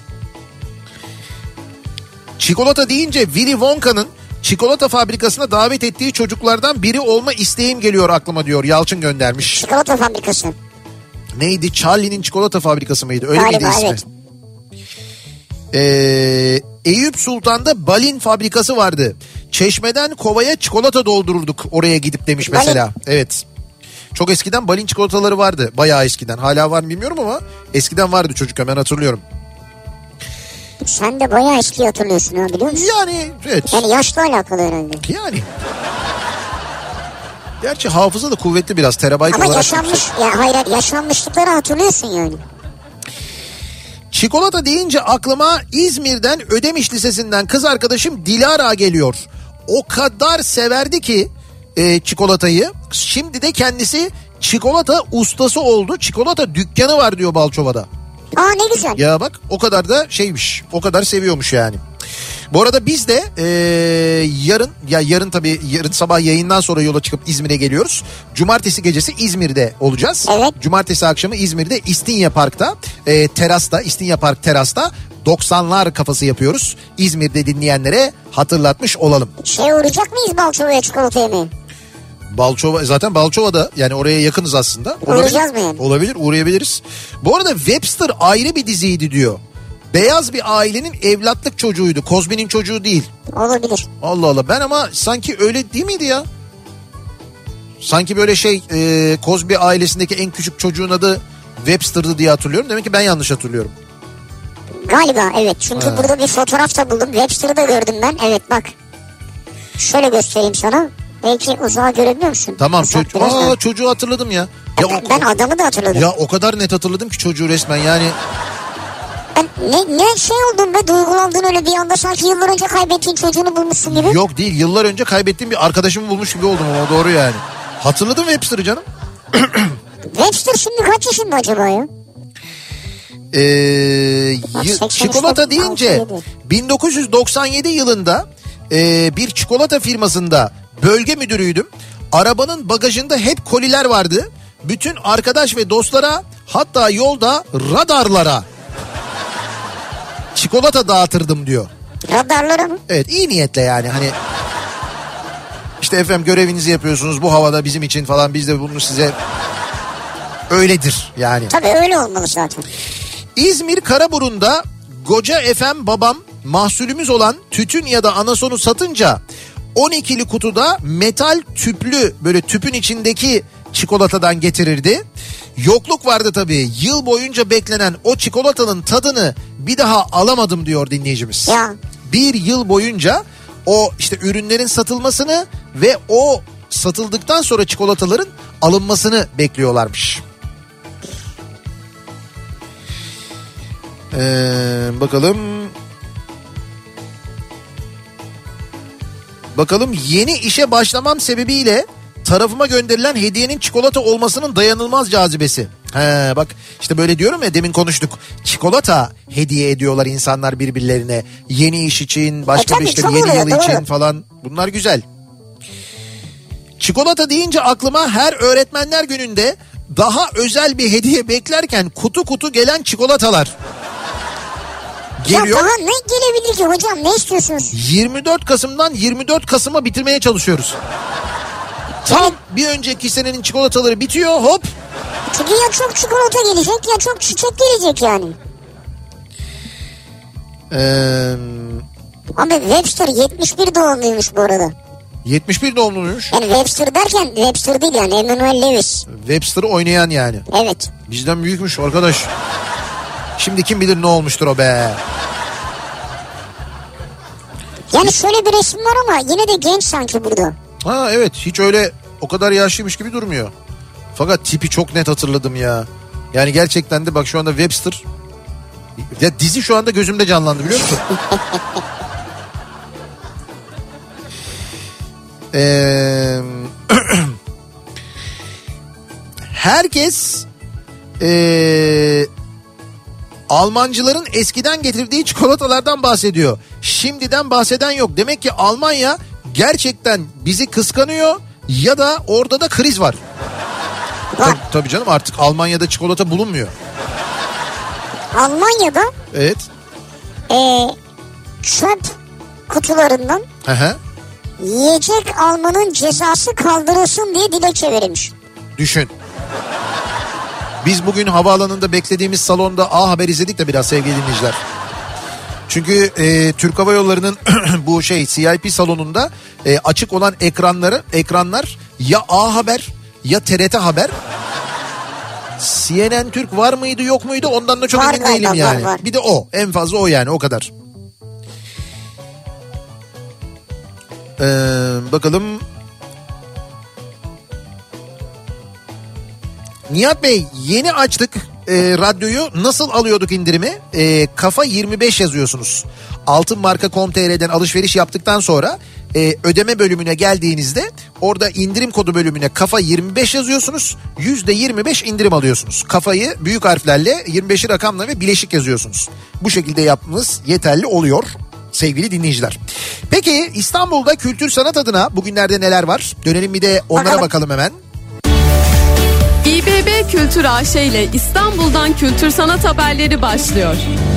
Çikolata deyince Willy Wonka'nın çikolata fabrikasına davet ettiği çocuklardan biri olma isteğim geliyor aklıma diyor. Yalçın göndermiş. Çikolata fabrikası. Neydi? Charlie'nin çikolata fabrikası mıydı? Öyle galiba, miydi ismi? Evet. Eyüp Sultan'da balin fabrikası vardı. Çeşmeden kovaya çikolata doldururduk oraya gidip demiş mesela. Balin. Evet. Çok eskiden balin çikolataları vardı. Bayağı eskiden. Hala var mı bilmiyorum ama eskiden vardı çocukken, ben hatırlıyorum. Sen de bayağı eski hatırlıyorsun ha, biliyor musun? Yani evet. Yani yaşla alakalı herhalde. Yani. Gerçi hafıza da kuvvetli biraz, terabayt ama olarak. Ama hayır yaşanmışlıkları hatırlıyorsun yani. Çikolata deyince aklıma İzmir'den Ödemiş Lisesi'nden kız arkadaşım Dilara geliyor. O kadar severdi ki çikolatayı. Şimdi de kendisi çikolata ustası oldu. Çikolata dükkanı var diyor Balçova'da. Aa, ne güzel. Ya bak, o kadar da şeymiş. O kadar seviyormuş yani. Bu arada biz de yarın sabah yayından sonra yola çıkıp İzmir'e geliyoruz. Cumartesi gecesi İzmir'de olacağız. Evet. Cumartesi akşamı İzmir'de İstinye Park'ta İstinye Park terasta 90'lar kafası yapıyoruz. İzmir'de dinleyenlere hatırlatmış olalım. Uğrayacak mıyız Balçova'ya çikolata yemeye? Balçova, zaten Balçova'da, yani oraya yakınız aslında. Uğrayacağız mı yani? Olabilir, uğrayabiliriz. Bu arada Webster ayrı bir diziydi diyor. Beyaz bir ailenin evlatlık çocuğuydu. Cosby'nin çocuğu değil. Olabilir. Allah Allah, ben ama sanki öyle değil miydi ya? Sanki böyle Cosby ailesindeki en küçük çocuğun adı Webster'dı diye hatırlıyorum. Demek ki ben yanlış hatırlıyorum. Galiba evet, çünkü burada bir fotoğraf da buldum. Webster'ı da gördüm ben. Evet bak. Şöyle göstereyim sana. Belki uzağa görebiliyor musun? Tamam, çocuğu hatırladım ya. Ben adamı da hatırladım. Ya o kadar net hatırladım ki çocuğu resmen yani. Ne oldun be, duygulandın öyle bir anda, sanki yıllar önce kaybettiğin çocuğunu bulmuşsun gibi. Yok değil, yıllar önce kaybettiğim bir arkadaşımı bulmuş gibi oldum ama doğru yani. Hatırladım Webster'ı canım. Webster şimdi kaç yaşında acaba ya? Çikolata deyince 1997 yılında bir çikolata firmasında bölge müdürüydüm. Arabanın bagajında hep koliler vardı. Bütün arkadaş ve dostlara, hatta yolda radarlara çikolata dağıtırdım diyor. Radarlara mı? Evet, iyi niyetle yani, hani işte efendim görevinizi yapıyorsunuz bu havada bizim için falan, biz de bunu size, öyledir yani. Tabii öyle olmalı zaten. İzmir Karaburun'da Goca FM babam mahsulümüz olan tütün ya da anasonu satınca 12'li kutuda metal tüplü, böyle tüpün içindeki çikolatadan getirirdi. Yokluk vardı tabii. Yıl boyunca beklenen o çikolatanın tadını bir daha alamadım diyor dinleyicimiz. Ya. Bir yıl boyunca o işte ürünlerin satılmasını ve o satıldıktan sonra çikolataların alınmasını bekliyorlarmış. Bakalım. Bakalım, yeni işe başlamam sebebiyle tarafıma gönderilen hediyenin çikolata olmasının dayanılmaz cazibesi. He bak işte böyle diyorum ya, demin konuştuk. Çikolata hediye ediyorlar insanlar birbirlerine. Yeni iş için, başka bir işte yeni yıl için falan. Bunlar güzel. Çikolata deyince aklıma her öğretmenler gününde daha özel bir hediye beklerken kutu kutu gelen çikolatalar geliyor. Ya daha ne gelebilir ki hocam, ne istiyorsunuz? 24 Kasım'dan 24 Kasım'a bitirmeye çalışıyoruz. Tam bir önceki senenin çikolataları bitiyor, hop. Çünkü ya çok çikolata gelecek ya çok çiçek gelecek yani. Abi Webster 71 doğumluymuş bu arada. 71 doğumluymuş. Yani Webster derken Webster değil yani, Emmanuel Lewis. Webster'ı oynayan yani. Evet. Bizden büyükmüş arkadaş. Şimdi kim bilir ne olmuştur o be. Yani şöyle bir resim var ama yine de genç sanki burada. Ha evet, hiç öyle o kadar yaşlıymış gibi durmuyor. Fakat tipi çok net hatırladım ya. Yani gerçekten de bak şu anda Webster. Ya dizi şu anda gözümde canlandı, biliyor musun? Herkes Almancıların eskiden getirdiği çikolatalardan bahsediyor. Şimdiden bahseden yok. Demek ki Almanya gerçekten bizi kıskanıyor ya da orada da kriz var. Tabii canım, artık Almanya'da çikolata bulunmuyor. Almanya'da evet. Çöp kutularından yiyecek almanın cezası kaldırılsın diye dilekçe verilmiş. Düşün. Biz bugün havaalanında beklediğimiz salonda A Haber izledik de biraz sevgili dinleyiciler. Çünkü Türk Hava Yolları'nın bu CIP salonunda açık olan ekranlar ya A Haber ya TRT Haber. CNN Türk var mıydı yok muydu ondan da çok emin değilim yani. Var. Bir de o, en fazla o yani, o kadar. Bakalım. Nihat Bey, yeni açtık radyoyu, nasıl alıyorduk indirimi? Kafa 25 yazıyorsunuz. Altınmarka.com.tr'den alışveriş yaptıktan sonra ödeme bölümüne geldiğinizde orada indirim kodu bölümüne kafa 25 yazıyorsunuz. %25 indirim alıyorsunuz. Kafayı büyük harflerle, 25'i rakamla ve bileşik yazıyorsunuz. Bu şekilde yapmanız yeterli oluyor sevgili dinleyiciler. Peki İstanbul'da kültür sanat adına bugünlerde neler var? Dönelim bir de onlara bakalım hemen. İBB Kültür AŞ ile İstanbul'dan kültür sanat haberleri başlıyor.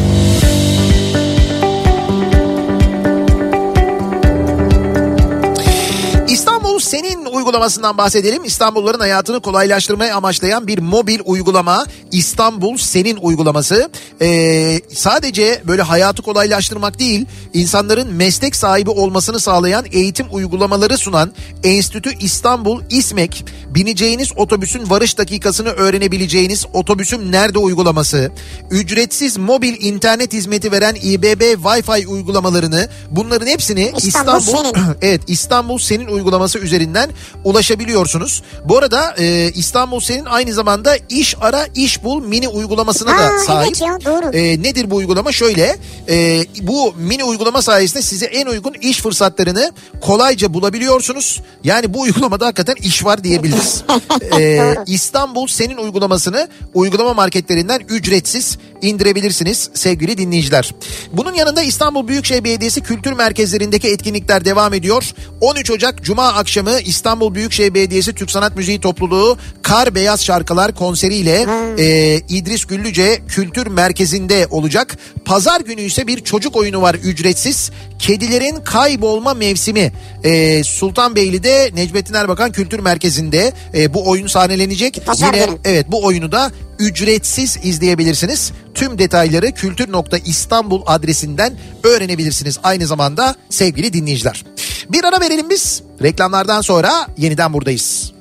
İstanbul Senin uygulamasından bahsedelim. İstanbulluların hayatını kolaylaştırmayı amaçlayan bir mobil uygulama İstanbul Senin uygulaması. Sadece böyle hayatı kolaylaştırmak değil, insanların meslek sahibi olmasını sağlayan eğitim uygulamaları sunan Enstitü İstanbul İSMEK, bineceğiniz otobüsün varış dakikasını öğrenebileceğiniz Otobüsüm Nerede uygulaması, ücretsiz mobil internet hizmeti veren İBB Wi-Fi uygulamalarını, bunların hepsini İstanbul Senin uygulaması üzerinden ulaşabiliyorsunuz. Bu arada İstanbul Senin aynı zamanda İş Ara İş Bul mini uygulamasına da sahip. Evet ya, doğru. Nedir bu uygulama? Şöyle, bu mini uygulama sayesinde size en uygun iş fırsatlarını kolayca bulabiliyorsunuz. Yani bu uygulamada hakikaten iş var diyebiliriz. İstanbul Senin uygulamasını uygulama marketlerinden ücretsiz indirebilirsiniz sevgili dinleyiciler. Bunun yanında İstanbul Büyükşehir Belediyesi kültür merkezlerindeki etkinlikler devam ediyor. 13 Ocak Cuma akşamı İstanbul Büyükşehir Belediyesi Türk Sanat Müziği Topluluğu Kar Beyaz Şarkılar konseriyle İdris Güllüce Kültür Merkezi'nde olacak. Pazar günü ise bir çocuk oyunu var ücretsiz. Kedilerin Kaybolma Mevsimi. Sultanbeyli'de Necmettin Erbakan Kültür Merkezi'nde bu oyun sahnelenecek. Evet, bu oyunu da ücretsiz izleyebilirsiniz. Tüm detayları kültür.istanbul adresinden öğrenebilirsiniz aynı zamanda sevgili dinleyiciler. Bir ara verelim biz. Reklamlardan sonra yeniden buradayız.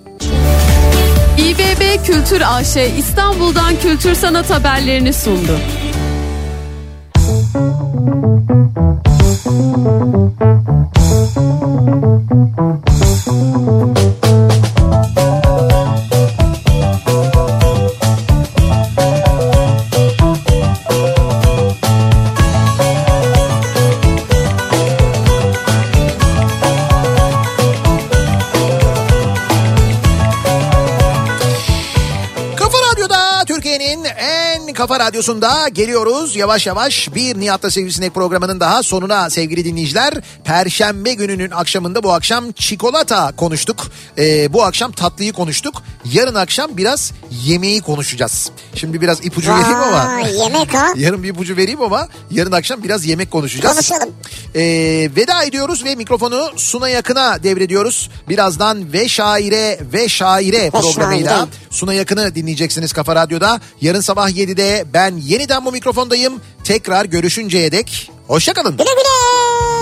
İBB Kültür AŞ İstanbul'dan kültür sanat haberlerini sundu. Kafa Radyosu'nda geliyoruz yavaş yavaş. Bir Nihat'la Sivrisinek programının daha sonuna sevgili dinleyiciler. Perşembe gününün akşamında bu akşam çikolata konuştuk. Bu akşam tatlıyı konuştuk. Yarın akşam biraz yemeği konuşacağız. Şimdi biraz ipucu vereyim ama. Yemek ha. Yarın bir ipucu vereyim ama yarın akşam biraz yemek konuşacağız. Konuşalım. Veda ediyoruz ve mikrofonu Suna Yakın'a devrediyoruz. Birazdan Ve Şaire programıyla Suna Yakın'ı dinleyeceksiniz Kafa Radyo'da. Yarın sabah 7'de ben yeniden bu mikrofondayım. Tekrar görüşünceye dek hoşça kalın. Güle güle.